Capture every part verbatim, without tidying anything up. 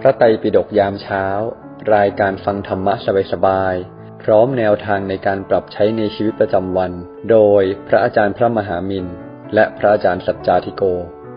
ระไตรปิฎกยามเช้ารายการฟังธรรมะสบายๆพร้อมแนวทางในการปรับใช้ในชีวิตประจำวันโดยพระอาจารย์พระมหามินและพระอาจารย์สัจจาธิโก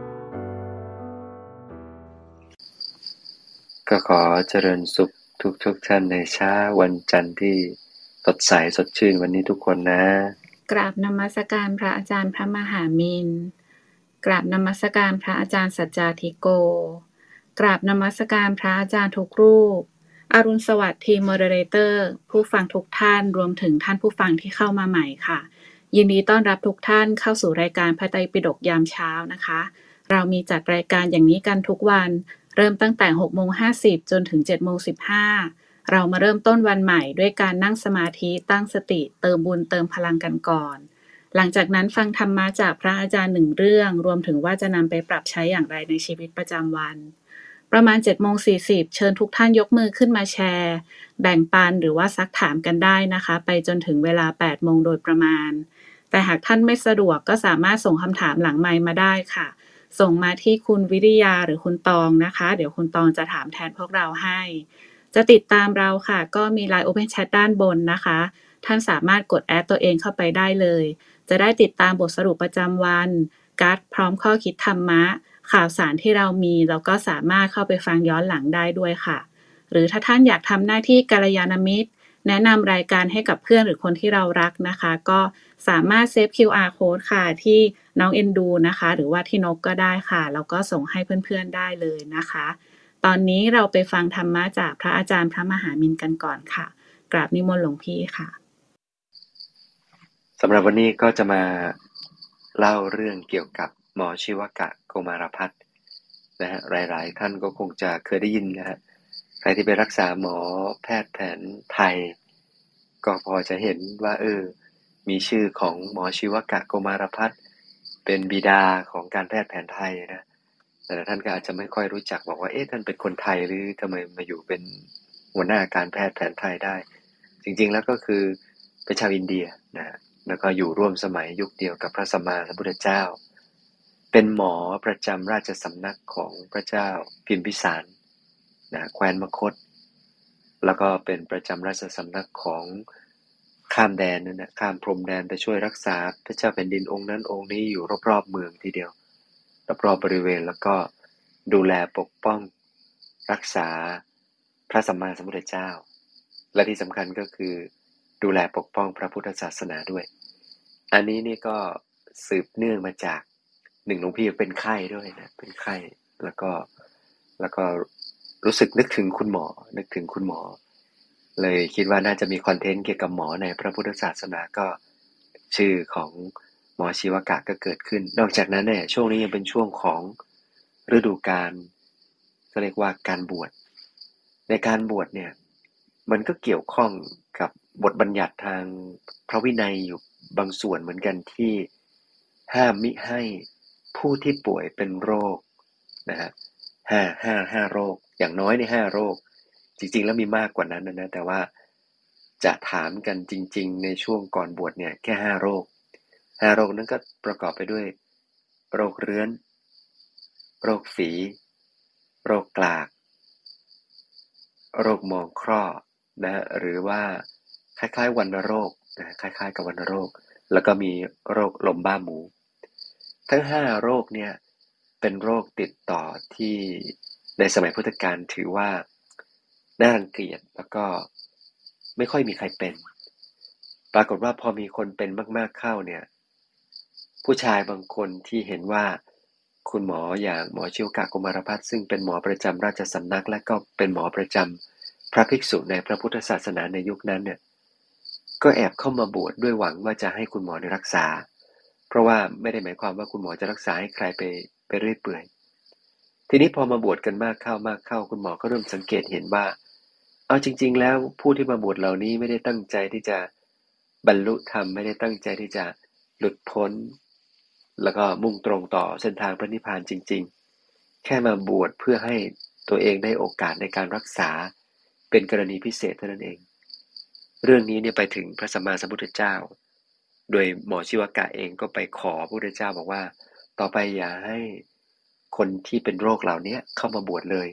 ก็ขอเจริญสุขทุกทุกท่านในเช้าวันจันทร์ที่สดใสสดชื่นวันนี้ทุกคนนะกราบนมัสการพระอาจารย์พระมหามินกราบนมัสการพระอาจารย์สัจจาธิโกกราบนมัสการพระอาจารย์ทุกรูปอรุณสวัสดิ์ทีมโมเดเลเตอร์ผู้ฟังทุกท่านรวมถึงท่านผู้ฟังที่เข้ามาใหม่ค่ะยินดีต้อนรับทุกท่านเข้าสู่รายการพระไตรปิฎกยามเช้านะคะเรามีจัดรายการอย่างนี้กันทุกวันเริ่มตั้งแต่ หกโมงห้าสิบ จนถึง เจ็ดโมงสิบห้า เรามาเริ่มต้นวันใหม่ด้วยการนั่งสมาธิตั้งสติเติมบุญเติมพลังกันก่อนหลังจากนั้นฟังธรรมะจากพระอาจารย์หนึ่งเรื่องรวมถึงว่าจะนำไปปรับใช้อย่างไรในชีวิตประจำวันประมาณ เจ็ดโมงสี่สิบ เชิญทุกท่านยกมือขึ้นมาแชร์แบ่งปันหรือว่าซักถามกันได้นะคะไปจนถึงเวลา แปดโมงโดยประมาณแต่หากท่านไม่สะดวกก็สามารถส่งคำถามหลังไมค์มาได้ค่ะส่งมาที่คุณวิริยาหรือคุณตองนะคะเดี๋ยวคุณตองจะถามแทนพวกเราให้จะติดตามเราค่ะก็มี ไลน์ Open Chat ด้านบนนะคะท่านสามารถกดแอดตัวเองเข้าไปได้เลยจะได้ติดตามบทสรุปประจำวันการ์ดพร้อมข้อคิดธรรมะข่าวสารที่เรามีแล้วก็สามารถเข้าไปฟังย้อนหลังได้ด้วยค่ะหรือถ้าท่านอยากทำหน้าที่กัลยาณมิตรแนะนำรายการให้กับเพื่อนหรือคนที่เรารักนะคะก็สามารถเซฟ คิว อาร์ Code ค่ะที่น้องเอ็นดูนะคะหรือว่าที่นกก็ได้ค่ะแล้วก็ส่งให้เพื่อนๆได้เลยนะคะตอนนี้เราไปฟังธรรมะจากพระอาจารย์พระมหามินกันก่อนค่ะกราบนิมนต์หลวงพี่ค่ะสำหรับวันนี้ก็จะมาเล่าเรื่องเกี่ยวกับหมอชีวกะโกมารพัฒน์นะฮะหลายๆท่านก็คงจะเคยได้ยินนะฮะใครที่ไปรักษาหมอแพทย์แผนไทยก็พอจะเห็นว่าเออมีชื่อของหมอชีวกะโกมารพัฒน์เป็นบิดาของการแพทย์แผนไทยนะแต่ท่านก็อาจจะไม่ค่อยรู้จักบอกว่าเอ๊ะท่านเป็นคนไทยหรือทำไมมาอยู่เป็นหัวหน้าการแพทย์แผนไทยได้จริงๆแล้วก็คือเป็นชาวอินเดียนะแล้วก็อยู่ร่วมสมัยยุคเดียวกับพระสัมมาสัมพุทธเจ้าเป็นหมอประจำราชสำนักของพระเจ้าพิมพิสารนะแคว้นมคธแล้วก็เป็นประจำราชสำนักของข้ามแดนนั่นนะข้ามพรมแดนไปช่วยรักษาพระเจ้าแผ่นดินองค์นั้นองค์นี้อยู่รอบๆเมืองทีเดียวรอบๆบริเวณแล้วก็ดูแลปกป้องรักษาพระสัมมาสัมพุทธเจ้าและที่สำคัญก็คือดูแลปกป้องพระพุทธศาสนาด้วยอันนี้นี่ก็สืบเนื่องมาจากหนึ่งหลวงพี่เป็นไข้ด้วยนะเป็นไข้แล้วก็แล้วก็รู้สึกนึกถึงคุณหมอนึกถึงคุณหมอเลยคิดว่าน่าจะมีคอนเทนต์เกี่ยวกับหมอในพระพุทธศาสนาก็ชื่อของหมอชีวกะก็เกิดขึ้นนอกจากนั้นเนี่ยช่วงนี้ยังเป็นช่วงของฤดูกาลก็เรียกว่าการบวชในการบวชเนี่ยมันก็เกี่ยวข้องกับบทบัญญัติทางพระวินัยอยู่บางส่วนเหมือนกันที่ห้ามมิให้ผู้ที่ป่วยเป็นโรคนะฮะห้าห้าห้าโรคอย่างน้อยในห้าโรคจริงๆแล้วมีมากกว่านั้นนะแต่ว่าจะถามกันจริงๆในช่วงก่อนบวชเนี่ยแค่ห้าโรคห้าโรคนั้นก็ประกอบไปด้วยโรคเรื้อนโรคฝีโรคกลากโรคมองคร่อนะฮะหรือว่าคล้ายๆวัณโรคนะคล้ายๆกับวัณโรคแล้วก็มีโรคลมบ้าหมูทั้งห้าโรคเนี่ยเป็นโรคติดต่อที่ในสมัยพุทธกาลถือว่าน่ารังเกียจแล้วก็ไม่ค่อยมีใครเป็นปรากฏว่าพอมีคนเป็นมากๆเข้าเนี่ยผู้ชายบางคนที่เห็นว่าคุณหมออย่างหมอชิวกะโกมารพัฒน์ซึ่งเป็นหมอประจำราชสำนักและก็เป็นหมอประจำพระภิกษุในพระพุทธศาสนาในยุคนั้นเนี่ยก็แอบเข้ามาบวชด้วยหวังว่าจะให้คุณหมอได้รักษาเพราะว่าไม่ได้หมายความว่าคุณหมอจะรักษาให้ใครไปไปเรื่อยเปื่อยทีนี้พอมาบวชกันมากเข้ามากเข้าคุณหมอก็เริ่มสังเกตเห็นว่าเอาจริงๆแล้วผู้ที่มาบวชเหล่านี้ไม่ได้ตั้งใจที่จะบรรลุธรรมไม่ได้ตั้งใจที่จะหลุดพ้นแล้วก็มุ่งตรงต่อเส้นทางพระนิพพานจริงๆแค่มาบวชเพื่อให้ตัวเองได้โอกาสในการรักษาเป็นกรณีพิเศษเท่านั้นเองเรื่องนี้เนี่ยไปถึงพระสัมมาสัมพุทธเจ้าโดยหมอชีวกะเองก็ไปขอพระพุทธเจ้าบอกว่าต่อไปอย่าให้คนที่เป็นโรคเหล่านี้เข้ามาบวชเลย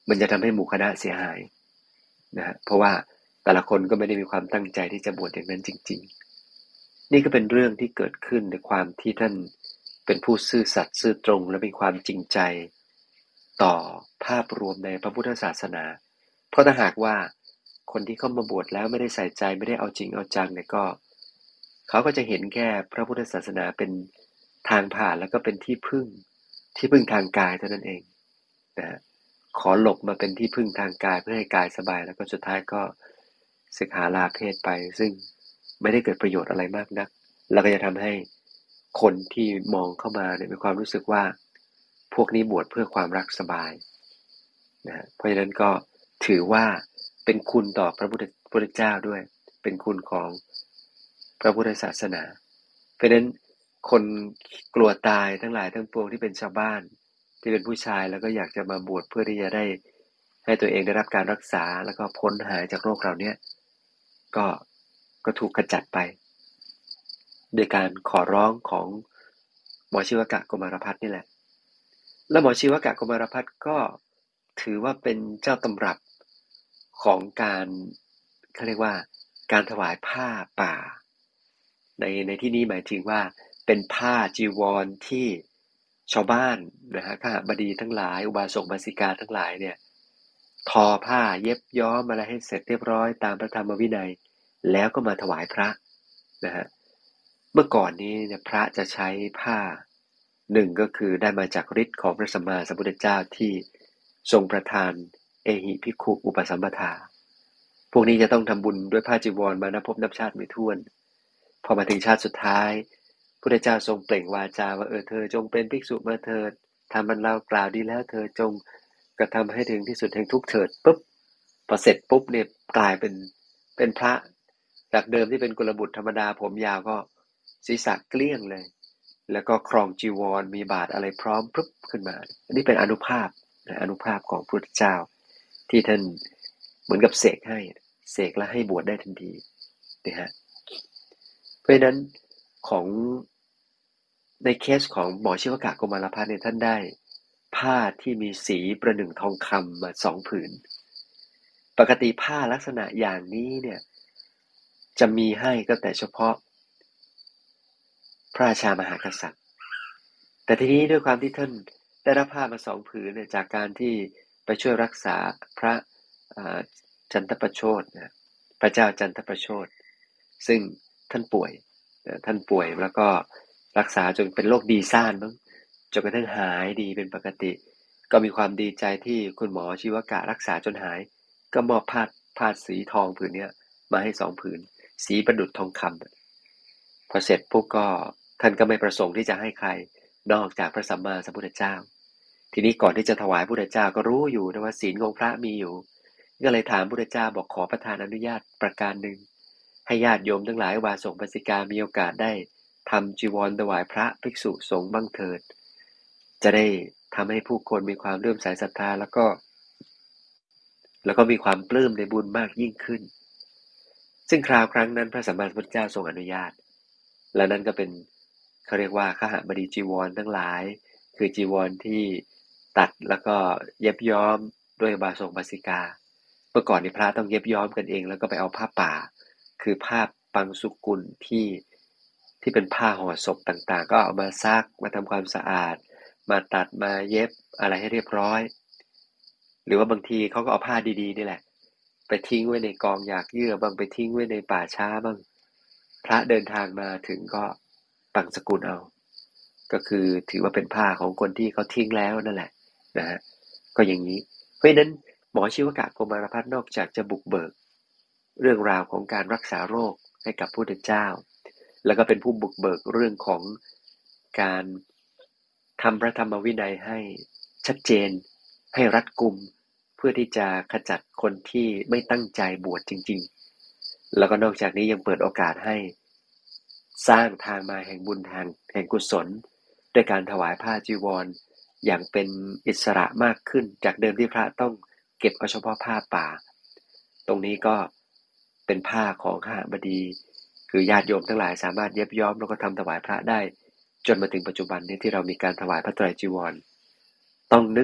มันจะทำให้หมู่คณะเสียหายนะฮะเพราะว่าแต่ละคนก็ไม่ได้มีความตั้งใจที่จะบวชอย่างนั้นจริงๆนี่ก็เป็นเรื่องที่เกิดขึ้นในความที่ท่านเป็นผู้ซื่อสัตย์ซื่อตรงและมีความจริงใจต่อภาพรวมในพระพุทธศาสนาเพราะถ้าหากว่าคนที่เข้ามาบวชแล้วไม่ได้ใส่ใจไม่ได้เอาจริงเอาจังเนี่ยก็เขาก็จะเห็นแค่พระพุทธศาสนาเป็นทางผ่านแล้วก็เป็นที่พึ่งที่พึ่งทางกายเท่านั้นเองนะขอหลบมาเป็นที่พึ่งทางกายเพื่อให้กายสบายแล้วก็สุดท้ายก็ศึกษาลาเพศไปซึ่งไม่ได้เกิดประโยชน์อะไรมากนักแล้วก็จะทำให้คนที่มองเข้ามาเนี่ยมีความรู้สึกว่าพวกนี้บวชเพื่อความรักสบายนะเพราะฉะนั้นก็ถือว่าเป็นคุณต่อพระพุทธพุทธเจ้าด้วยเป็นคุณของพระพุทธศาสนาเพราะฉะนั้นคนกลัวตายทั้งหลายทั้งปวงที่เป็นชาวบ้านที่เป็นผู้ชายแล้วก็อยากจะมาบวชเพื่อที่จะได้ให้ตัวเองได้รับการรักษาแล้วก็พ้นหายจากโรคเหล่านี้ก็ก็ถูกขจัดไปโดยการขอร้องของหมอชีวกะโกมารพัฒน์นี่แหละและหมอชีวกะโกมารพัฒน์ก็ถือว่าเป็นเจ้าตำรับของการเขาเรียกว่าการถวายผ้าป่าในในที่นี้หมายถึงว่าเป็นผ้าจีวรที่ชาวบ้านนะฮะข้าบดีทั้งหลายอุบาสกอุบาสิกาทั้งหลายเนี่ยทอผ้าเย็บย้อมอะไรให้เสร็จเรียบร้อยตามพระธรรมวินัยแล้วก็มาถวายพระนะฮะเมื่อก่อนนี้เนี่ยพระจะใช้ผ้าหนึ่งก็คือได้มาจากฤทธิ์ของพระสัมมาสัมพุทธเจ้าที่ทรงประทานเอหิภิกขุอุปสัมปทาพวกนี้จะต้องทำบุญด้วยผ้าจีวรมานับพบนับชาติไม่ถ้วนพอมาถึงชาติสุดท้ายพุทธเจ้าทรงเปล่งวาจาว่าเออเธอจงเป็นภิกษุมาเถิดทำมันเรากล่าวดีแล้วเธอจงกระทำให้ถึงที่สุดแห่งทุกข์เถิดปุ๊บพอเสร็จปุ๊บเนี่ยกลายเป็นเป็นพระจากเดิมที่เป็นกุลบุตรธรรมดาผมยาวก็ศีรษะเกลี้ยงเลยแล้วก็ครองจีวรมีบาตรอะไรพร้อมปุ๊บขึ้นมาอันนี้เป็นอานุภาพนะอานุภาพของพระพุทธเจ้าที่ท่านเหมือนกับเสกให้เสกแล้วให้บวชได้ทันทีนะฮะเพราะฉะนั้นของในเคสของหมอชีวกะโกมารพัฒน์เนี่ยท่านได้ผ้าที่มีสีประหนึ่งทองคำมาสองผืนปกติผ้าลักษณะอย่างนี้เนี่ยจะมีให้ก็แต่เฉพาะพระราชามหากษัตริย์แต่ทีนี้ด้วยความที่ท่านได้รับผ้ามาสองผืนเนี่ยจากการที่ไปช่วยรักษาพระจันทประโชตินะพระเจ้าจันทประโชติซึ่งท่านป่วยท่านป่วยแล้วก็รักษาจนเป็นโรคดีซ่านมั้งจนกระทั่งหายดีเป็นปกติก็มีความดีใจที่คุณหมอชีวกะรักษาจนหายก็มอบผ้าผ้าสีทองผืนนี้มาให้สองผืนสีประดุจทองคำพอเสร็จปุ๊บก็ท่านก็ไม่ประสงค์ที่จะให้ใครนอกจากพระสัมมาสัมพุทธเจ้าทีนี้ก่อนที่จะถวายพุทธเจ้าก็รู้อยู่นะว่าศีลของพระมีอยู่ก็เลยถามพุทธเจ้าบอกขอประทานอนุญาตประการหนึ่งให้ญาติโยมทั้งหลายอุบาสกอุบาสิกามีโอกาสได้ทำจีวรถวายพระภิกษุสงฆ์บ้างเถิดจะได้ทำให้ผู้คนมีความเลื่อมใสศรัทธาแล้วก็แล้วก็มีความปลื้มในบุญมากยิ่งขึ้นซึ่งคราวครั้งนั้นพระสัมมาสัมพุทธเจ้าทรงอนุญาตและนั่นก็เป็นเขาเรียกว่าขหบดีจีวรทั้งหลายคือจีวรที่ตัดแล้วก็เย็บย้อมด้วยอุบาสกอุบาสิกาเมื่อก่อนนี่พระต้องเย็บย้อมกันเองแล้วก็ไปเอาผ้าป่าคือผ้าปังสุกุลที่ที่เป็นผ้าห่อศพต่างๆก็เอามาซักมาทำความสะอาดมาตัดมาเย็บอะไรให้เรียบร้อยหรือว่าบางทีเขาก็เอาผ้าดีๆนี่แหละไปทิ้งไว้ในกองหยากเยื่อบางไปทิ้งไว้ในป่าช้าบ้างพระเดินทางมาถึงก็ปังสกุลเอาก็คือถือว่าเป็นผ้าของคนที่เขาทิ้งแล้วนั่นแหละนะฮะก็อย่างนี้เพราะฉะนั้นหมอชีวกะโกมารพัฒน์นอกจากจะบุกเบิกเรื่องราวของการรักษาโรคให้กับพระพุทธเจ้าแล้วก็เป็นผู้บุกเบิกเรื่องของการทำพระธรรมวินัยให้ชัดเจนให้รัดกุมเพื่อที่จะขจัดคนที่ไม่ตั้งใจบวชจริงๆแล้วก็นอกจากนี้ยังเปิดโอกาสให้สร้างทางมาแห่งบุญทางแห่งกุศลด้วยการถวายผ้าจีวรอย่างเป็นอิสระมากขึ้นจากเดิมที่พระต้องเก็บเอาเฉพาะผ้าป่าตรงนี้ก็เป็นผ้าของขหบดีคือญาติโยมทั้งหลายสามารถเย็บย้อมแล้วก็ทำถวายพระได้จนมาถึงปัจจุบันนี้ที่เรามีการถวายพระไตรจีวรต้องนึก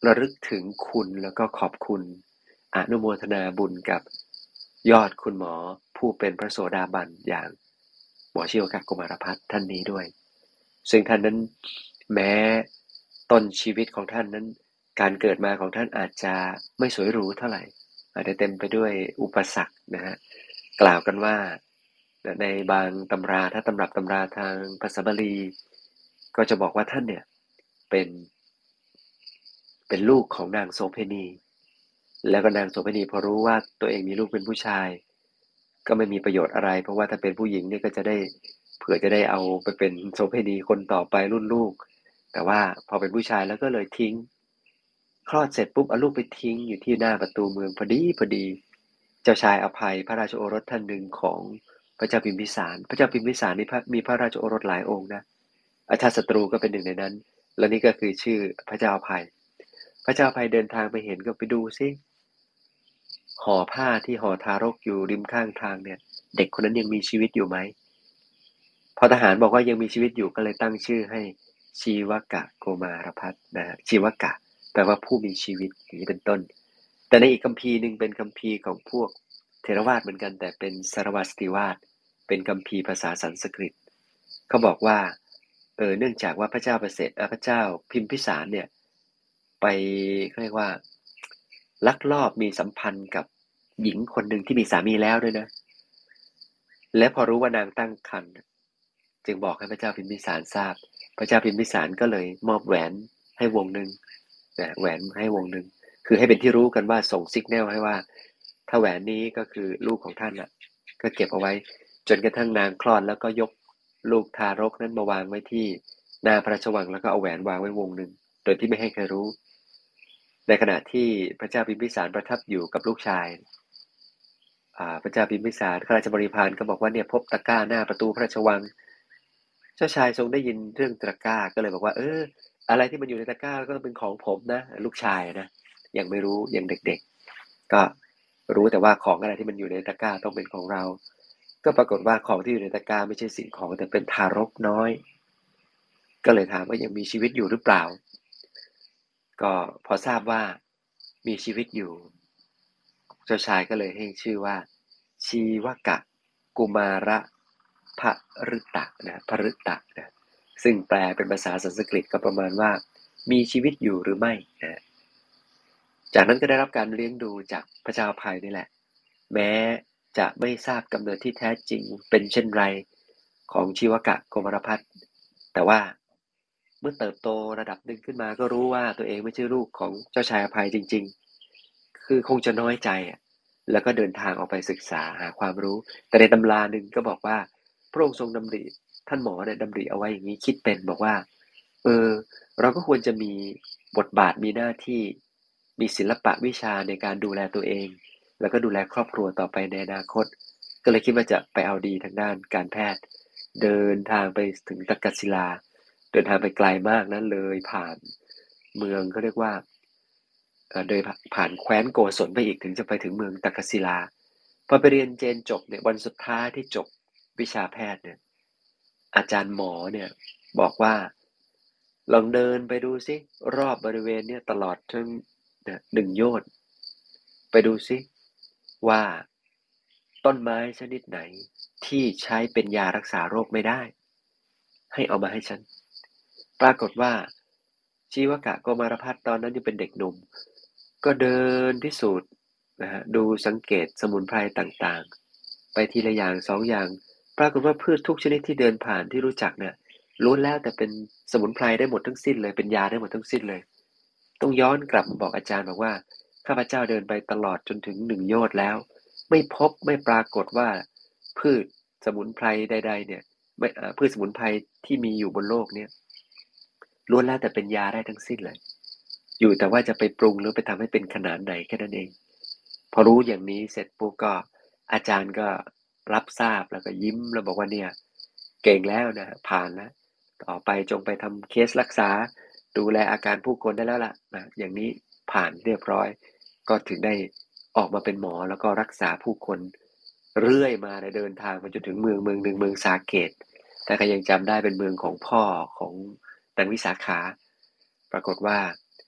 ระลึกถึงคุณแล้วก็ขอบคุณอนุโมทนาบุญกับยอดคุณหมอผู้เป็นพระโสดาบันอย่างหมอชิวกะกุมารพัฒน์ท่านนี้ด้วยซึ่งท่านนั้นแม้ต้นชีวิตของท่านนั้นการเกิดมาของท่านอาจจะไม่สวยหรูเท่าไหร่อาจจะเต็มไปด้วยอุปสรรคนะฮะกล่าวกันว่าในบางตำราถ้าตำรับตำราทางภาษาบาลีก็จะบอกว่าท่านเนี่ยเป็นเป็นลูกของนางโสเภณีแล้วก็นางโสเภณีพอรู้ว่าตัวเองมีลูกเป็นผู้ชายก็ไม่มีประโยชน์อะไรเพราะว่าถ้าเป็นผู้หญิงเนี่ยก็จะได้เผื่อจะได้เอาไปเป็นโสเภณีคนต่อไปรุ่นลูกแต่ว่าพอเป็นผู้ชายแล้วก็เลยทิ้งคลอดเสร็จปุ๊บเอาลูกไปทิ้งอยู่ที่หน้าประตูเมืองพอดีพอดีเจ้าชายอภัยพระราชโอรสท่านหนึ่งของพระเจ้าพิมพิสารพระเจ้าพิมพิสารนี่มีพระราชโอรสหลายองค์นะอาชาติศัตรูก็เป็นหนึ่งในนั้นและนี่ก็คือชื่อพระเจ้าอภัยพระเจ้าอภัยเดินทางไปเห็นก็ไปดูซิห่อผ้าที่ห่อทารกอยู่ริมข้างทางเนี่ยเด็กคนนั้นยังมีชีวิตอยู่ไหมพอทหารบอกว่ายังมีชีวิตอยู่ก็เลยตั้งชื่อให้ชีวกะโกมารพัฒน์นะชีวกะแปลว่าผู้มีชีวิตอย่างนี้เป็นต้นแต่ในอีกคัมภีร์หนึ่งเป็นคัมภีร์ของพวกเทรวาสเหมือนกันแต่เป็นสารวาสติวาสเป็นคัมภีร์ภาษาสันสกฤตเขาบอกว่าเออเนื่องจากว่าพระเจ้าประเสริฐพระเจ้าพิมพิสารเนี่ยไปเขาเรียกว่าลักลอบมีสัมพันธ์กับหญิงคนหนึ่งที่มีสามีแล้วด้วยนะและพอรู้ว่านางตั้งครรภ์จึงบอกให้พระเจ้าพิมพิสารทราบพระเจ้าพิมพิสารก็เลยมอบแหวนให้วงหนึ่งนะแหวนให้วงหนึ่งคือให้เป็นที่รู้กันว่าส่งซิกแนลให้ว่าถ้าแหวนนี้ก็คือลูกของท่านน่ะก็เก็บเอาไว้จนกระทั่งนางคลอดแล้วก็ยกลูกทารกนั้นมาวางไว้ที่หน้าพระราชวังแล้วก็เอาแหวนวางไว้วงหนึ่งโดยที่ไม่ให้ใครรู้ในขณะที่พระเจ้าพิมพิสารประทับอยู่กับลูกชายพระเจ้าพิมพิสารข้าราชบริพารก็บอกว่าเนี่ยพบตะกร้าหน้าประตูพระราชวังเจ้าชายทรงได้ยินเรื่องตะกร้าก็เลยบอกว่าเอออะไรที่มันอยู่ในตะกร้าก็ต้องเป็นของผมนะลูกชายนะยังไม่รู้ยังเด็กๆก็รู้แต่ว่าของอะไรที่มันอยู่ในตะกร้าต้องเป็นของเราก็ปรากฏว่าของที่อยู่ในตะกร้าไม่ใช่สิ่งของแต่เป็นทารกน้อยก็เลยถามว่ายังมีชีวิตอยู่หรือเปล่าก็พอทราบว่ามีชีวิตอยู่เจ้าชายก็เลยให้ชื่อว่าชีวกะกุมารพฤตะนะพฤตะนะซึ่งแปลเป็นภาษาสันสกฤตก็ประมาณว่ามีชีวิตอยู่หรือไม่นะจากนั้นก็ได้รับการเลี้ยงดูจากพระเจ้าอภัยนี่แหละแม้จะไม่ทราบกำเนิดที่แท้จริงเป็นเช่นไรของชีวกะกุมารพัฒน์แต่ว่าเมื่อเติบโตระดับหนึ่งขึ้นมาก็รู้ว่าตัวเองไม่ใช่ลูกของเจ้าชายอภัยจริงๆคือคงจะน้อยใจอ่ะแล้วก็เดินทางออกไปศึกษาหาความรู้แต่ในตำราหนึ่งก็บอกว่าพระองค์ทรงดำริท่านหมอเนี่ยดำริเอาไว้อย่างนี้คิดเป็นบอกว่าเออเราก็ควรจะมีบทบาทมีหน้าที่มีศิลปะวิชาในการดูแลตัวเองแล้วก็ดูแลครอบครัวต่อไปในอนาคตก็เลยคิดว่าจะไปเอาดีทางด้านการแพทย์เดินทางไปถึงตักกศิลาเดินทางไปไกลมากนะเลยผ่านเมืองเขาเรียกว่าโดยผ่านแคว้นโกศลไปอีกถึงจะไปถึงเมืองตักกศิลาพอไปเรียนเจนจบเนี่ยวันสุดท้ายที่จบวิชาแพทย์เนี่ยอาจารย์หมอเนี่ยบอกว่าลองเดินไปดูซิรอบบริเวณเนี่ยตลอดทั้งหนึ่งโยชน์ไปดูซิว่าต้นไม้ชนิดไหนที่ใช้เป็นยารักษาโรคไม่ได้ให้เอามาให้ฉันปรากฏว่าชีวกะโกมารพัฒน์ตอนนั้นยังเป็นเด็กหนุ่มก็เดินพิสูจน์นะฮะดูสังเกตสมุนไพรต่างๆไปทีละอย่างสองอย่างปรากฏว่าพืชทุกชนิดที่เดินผ่านที่รู้จักเนี่ยล้วนแล้วแต่เป็นสมุนไพรได้หมดทั้งสิ้นเลยเป็นยาได้หมดทั้งสิ้นเลยต้องย้อนกลับมาบอกอาจารย์บอกว่าข้าพเจ้าเดินไปตลอดจนถึงหนึ่งโยชน์แล้วไม่พบไม่ปรากฏว่าพืชสมุนไพรใดๆเนี่ยไม่พืชสมุนไพรที่มีอยู่บนโลกเนี่ยล้วนแล้วแต่เป็นยาได้ทั้งสิ้นเลยอยู่แต่ว่าจะไปปรุงหรือไปทำให้เป็นขนาดไหนแค่นั้นเองพอรู้อย่างนี้เสร็จปุ๊บก็อาจารย์ก็รับทราบแล้วก็ยิ้มแล้วบอกว่าเนี่ยเก่งแล้วนะผ่านแล้วต่อไปจงไปทำเคสรักษาดูแลอาการผู้คนได้แล้วล่ะนะอย่างนี้ผ่านเรียบร้อยก็ถึงได้ออกมาเป็นหมอแล้วก็รักษาผู้คนเรื่อยมาในเดินทางมาจนถึงเมืองเมืองหนึ่งเมืองสาเกตแต่ก็ยังจำได้เป็นเมืองของพ่อของนางวิสาขาปรากฏว่า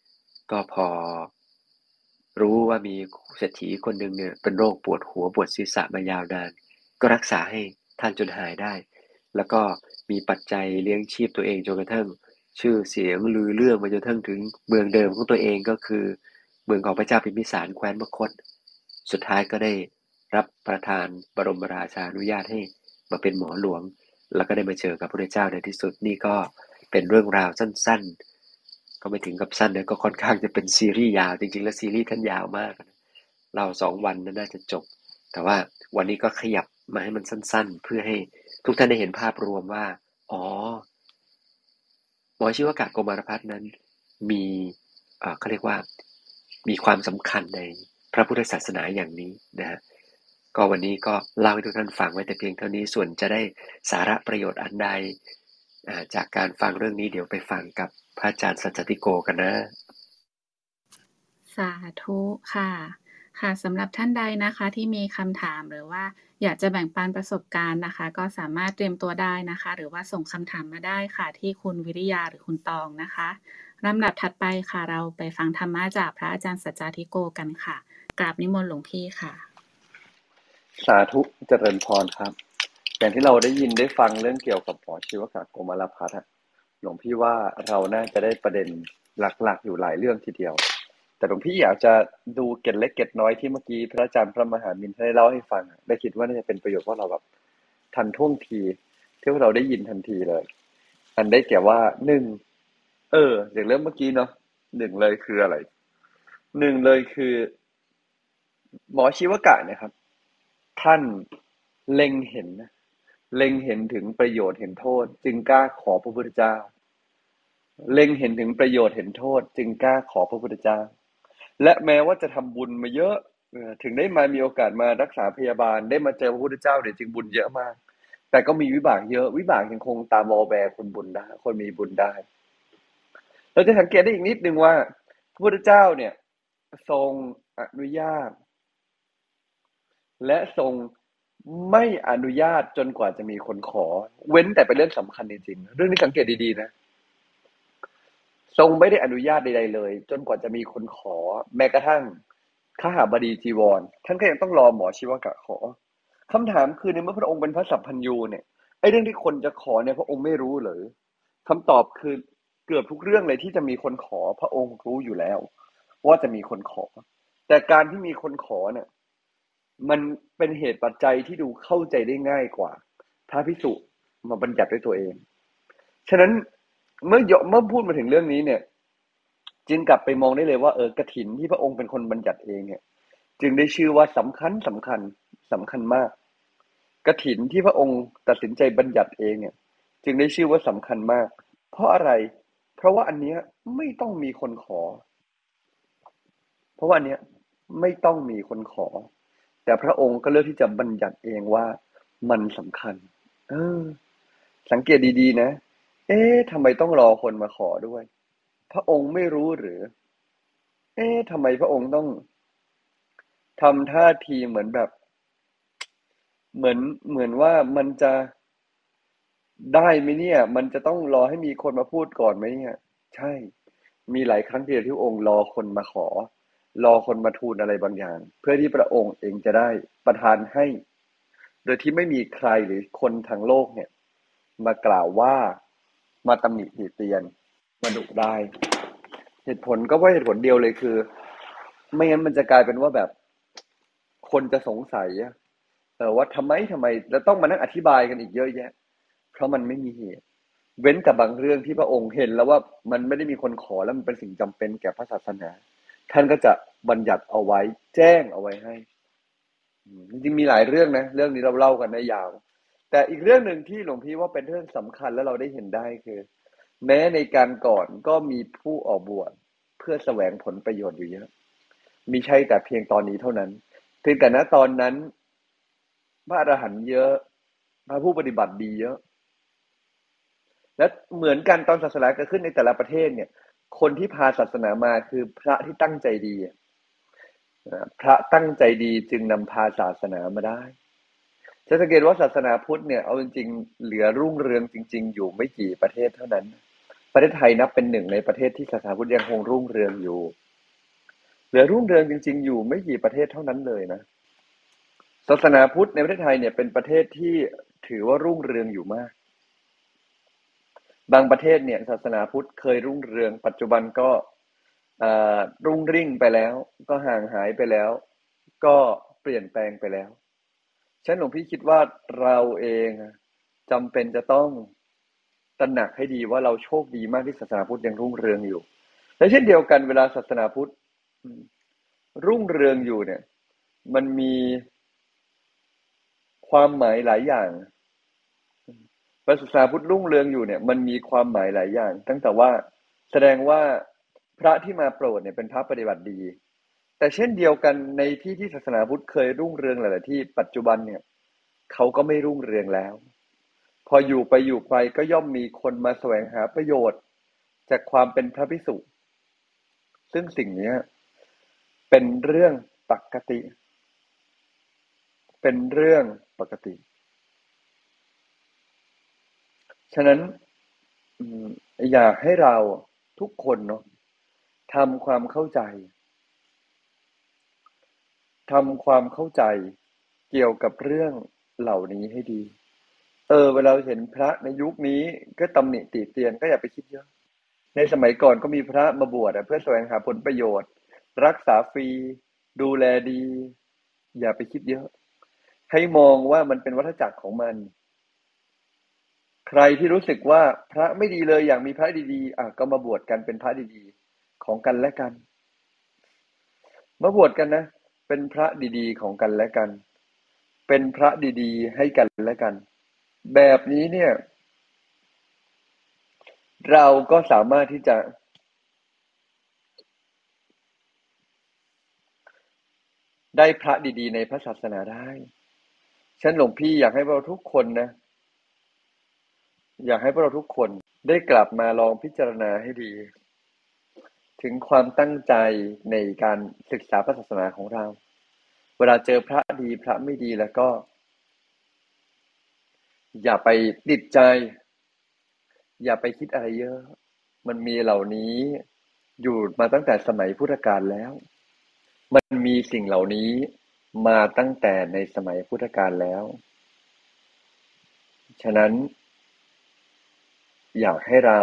ก็พอรู้ว่ามีเศรษฐีคนหนึ่งเนี่ยเป็นโรคปวดหัวปวดศีรษะมายาวนานก็รักษาให้ท่านจนหายได้แล้วก็มีปัจจัยเลี้ยงชีพตัวเองจนกระทั่งชื่อเสียงลือเรื่องมาจนกระทั่งถึงเมืองเดิมของตัวเองก็คือเมืองของพระเจ้าพิมพิสารแคว้นมคธสุดท้ายก็ได้รับประทานบรมราชานุญาตให้มาเป็นหมอหลวงแล้วก็ได้มาเจอกับพระพุทธเจ้าในที่สุดนี่ก็เป็นเรื่องราวสั้นๆก็ไม่ถึงกับสั้นนะก็ค่อนข้างจะเป็นซีรีส์ยาวจริงๆแล้วซีรีส์ท่านยาวมากเราสองวันนั้นน่าจะจบแต่ว่าวันนี้ก็ขยับมาให้มันสั้นๆเพื่อให้ทุกท่านได้เห็นภาพรวมว่าอ๋อหมอชีวกะโกมารพัฒน์นั้นมีเอ่อเขาเรียกว่ามีความสำคัญในพระพุทธศาสนาอย่างนี้นะฮะก็วันนี้ก็เล่าให้ทุกท่านฟังไว้แต่เพียงเท่านี้ส่วนจะได้สาระประโยชน์อันใดจากการฟังเรื่องนี้เดี๋ยวไปฟังกับพระอาจารย์สัจจติโกกันนะสาธุค่ะค่ะสำหรับท่านใดนะคะที่มีคำถามหรือว่าอยากจะแบ่งปันประสบการณ์นะคะก็สามารถเตรียมตัวได้นะคะหรือว่าส่งคำถามมาได้ค่ะที่คุณวิริยาหรือคุณตองนะคะลำดับถัดไปค่ะเราไปฟังธรรมะจากพระอาจารย์สัจจทิโกกันค่ะกราบนิมนต์หลวงพี่ค่ะสาธุเจริญพรครับอย่างที่เราได้ยินได้ฟังเรื่องเกี่ยวกับหมอชีวกะโกมารพัฒน์หลวงพี่ว่าเราน่าจะได้ประเด็นหลักๆอยู่หลายเรื่องทีเดียวแต่หลวงพี่อยากจะดูเกร็ดเล็กเกร็ดน้อยที่เมื่อกี้พระอาจารย์พระมหามินได้เล่าให้ฟังได้คิดว่าน่าจะเป็นประโยชน์ว่าเราแบบทันท่วงทีที่เราได้ยินทันทีเลยอันได้แก่ว่าหนึ่งเอออย่างเรื่องเมื่อกี้เนาะหนึ่งเลยคืออะไรหนึ่งเลยคือหมอชีวกะเนี่ยครับท่านเล็งเห็นเล็งเห็นถึงประโยชน์เห็นโทษจึงกล้าขอพระพุทธเจ้าเล็งเห็นถึงประโยชน์เห็นโทษจึงกล้าขอพระพุทธเจ้าและแม้ว่าจะทำบุญมาเยอะถึงได้มามีโอกาสมารักษาพยาบาลได้มาเจอพระพุทธเจ้าเนี่ยจึงบุญเยอะมากแต่ก็มีวิบากเยอะวิบากยังคงตามวอแวร์คนบุญได้คนมีบุญได้เราจะสังเกตได้อีกนิดนึงว่าพระพุทธเจ้าเนี่ยทรงอนุญาตและทรงไม่อนุญาตจนกว่าจะมีคนขอเว้นแต่เป็นเรื่องสำคัญจริงๆเรื่องนี้สังเกตดีๆนะทรงไม่ได้อนุญาตใดๆเลยจนกว่าจะมีคนขอแม้กระทั่งข้าหบดีจีวรท่านก็ยังต้องรอหมอชีวกะขอคำถามคือในเมื่อพระองค์เป็นพระสัพพัญญูเนี่ยไอ้เรื่องที่คนจะขอเนี่ยพระองค์ไม่รู้หรือคำตอบคือเกือบทุกเรื่องเลยที่จะมีคนขอพระองค์รู้อยู่แล้วว่าจะมีคนขอแต่การที่มีคนขอเนี่ยมันเป็นเหตุปัจจัยที่ดูเข้าใจได้ง่ายกว่าพระภิกษุมาบัญญัติด้วยตัวเองฉะนั้นเมื่อเมื่อพูดมาถึงเรื่องนี้เนี่ยจึงกลับไปมองได้เลยว่าเออกฐินที่พระองค์เป็นคนบัญญัติเองเนี่ยจึงได้ชื่อว่าสำคัญสำคัญสำคัญมากกฐินที่พระองค์ตัดสินใจบัญญัติเองเนี่ยจึงได้ชื่อว่าสำคัญมากเพราะอะไรเพราะว่าอันเนี้ยไม่ต้องมีคนขอเพราะว่าอันเนี้ยไม่ต้องมีคนขอแต่พระองค์ก็เลือกที่จะบัญญัติเองว่ามันสำคัญเออสังเกตดีๆนะเอ๊ะทำไมต้องรอคนมาขอด้วยพระองค์ไม่รู้หรือเอ๊ะทำไมพระองค์ต้องทำท่าทีเหมือนแบบเหมือนเหมือนว่ามันจะได้ไหมเนี่ยมันจะต้องรอให้มีคนมาพูดก่อนไหมเนี่ยใช่มีหลายครั้งที่ที่พระองค์รอคนมาขอรอคนมาทูลอะไรบางอย่างเพื่อที่พระองค์เองจะได้ประทานให้โดยที่ไม่มีใครหรือคนทางโลกเนี่ยมากล่าวว่ามาตำหนิติเตียนมาดุได้เหตุผลก็ว่าเหตุผลเดียวเลยคือไม่งั้นมันจะกลายเป็นว่าแบบคนจะสงสัยเออว่าทำไมทำไมแล้วต้องมานั่งอธิบายกันอีกเยอะแยะเพราะมันไม่มีเหตุเว้นแต่บางเรื่องที่พระองค์เห็นแล้วว่ามันไม่ได้มีคนขอแล้วมันเป็นสิ่งจำเป็นแก่พระศาสนาท่านก็จะบัญญัติเอาไว้แจ้งเอาไว้ให้จริงๆมีหลายเรื่องนะเรื่องนี้เราเล่ากันได้ยาวแต่อีกเรื่องหนึ่งที่หลวงพี่ว่าเป็นเรื่องสำคัญแล้วเราได้เห็นได้คือแม้ในการก่อนก็มีผู้ออกบวชเพื่อแสวงผลประโยชน์อยู่เยอะมิใช่แต่เพียงตอนนี้เท่านั้นเพียงแต่ณตอนนั้นพระอรหันต์เยอะพระผู้ปฏิบัติดีเยอะและเหมือนกันตอนศาสนาเกิดขึ้นในแต่ละประเทศเนี่ยคนที่พาศาสนามาคือพระที่ตั้งใจดีพระตั้งใจดีจึงนำพาศาสนามาได้จะสังเกตว่าศาสนาพุทธเนี่ยเอาจริงๆเหลือรุ่งเรืองจริงๆอยู่ไม่กี่ประเทศเท่านั้นประเทศไทยนับเป็นหนึ่งในประเทศที่ศาสนาพุทธยังคงรุ่งเรืองอยู่เหลือรุ่งเรืองจริงๆอยู่ไม่กี่ประเทศเท่านั้นเลยนะศาสนาพุทธในประเทศไทยเนี่ยเป็นประเทศที่ถือว่ารุ่งเรืองอยู่มากบางประเทศเนี่ยศาสนาพุทธเคยรุ่งเรืองปัจจุบันก็รุ่งริ่งไปแล้วก็ห่างหายไปแล้วก็เปลี่ยนแปลงไปแล้วฉะนั้นหลวงพี่คิดว่าเราเองจำเป็นจะต้องตระหนักให้ดีว่าเราโชคดีมากที่ศาสนาพุทธยังรุ่งเรืองอยู่และเช่นเดียวกันเวลาศาสนาพุทธรุ่งเรืองอยู่เนี่ยมันมีความหมายหลายอย่างศาสนาพุทธรุ่งเรืองอยู่เนี่ยมันมีความหมายหลายอย่างตั้งแต่ว่าแสดงว่าพระที่มาโปรดเนี่ยเป็นพระปฏิบัติดีแต่เช่นเดียวกันในที่ที่ศาสนาพุทธเคยรุ่งเรืองหลายๆที่ปัจจุบันเนี่ยเขาก็ไม่รุ่งเรืองแล้วพออยู่ไปอยู่ไปก็ย่อมมีคนมาแสวงหาประโยชน์จากความเป็นพระภิกษุซึ่งสิ่งนี้เป็นเรื่องปกติเป็นเรื่องปกติฉะนั้นอยากให้เราทุกคนเนาะทำความเข้าใจทำความเข้าใจเกี่ยวกับเรื่องเหล่านี้ให้ดีเออเวลาเห็นพระในยุคนี้ก็ตำหนิติเตียนก็อย่าไปคิดเยอะในสมัยก่อนก็มีพระมาบวชเพื่อแสวงหาผลประโยชน์รักษาฟรีดูแลดีอย่าไปคิดเยอะให้มองว่ามันเป็นวัฏจักรของมันใครที่รู้สึกว่าพระไม่ดีเลยอยากมีพระดีๆอ่ะก็มาบวชกันเป็นพระดีๆของกันและกันมาบวชกันนะเป็นพระดีๆของกันและกันเป็นพระดีๆให้กันและกันแบบนี้เนี่ยเราก็สามารถที่จะได้พระดีๆในพระศาสนาได้ฉันหลวงพี่อยากให้พวกเราทุกคนนะอยากให้พวกเราทุกคนได้กลับมาลองพิจารณาให้ดีถึงความตั้งใจในการศึกษาพระศาสนาของเราเวลาเจอพระดีพระไม่ดีแล้วก็อย่าไปติดใจอย่าไปคิดอะไรเยอะมันมีเหล่านี้อยู่มาตั้งแต่สมัยพุทธกาลแล้วมันมีสิ่งเหล่านี้มาตั้งแต่ในสมัยพุทธกาลแล้วฉะนั้นอยากให้เรา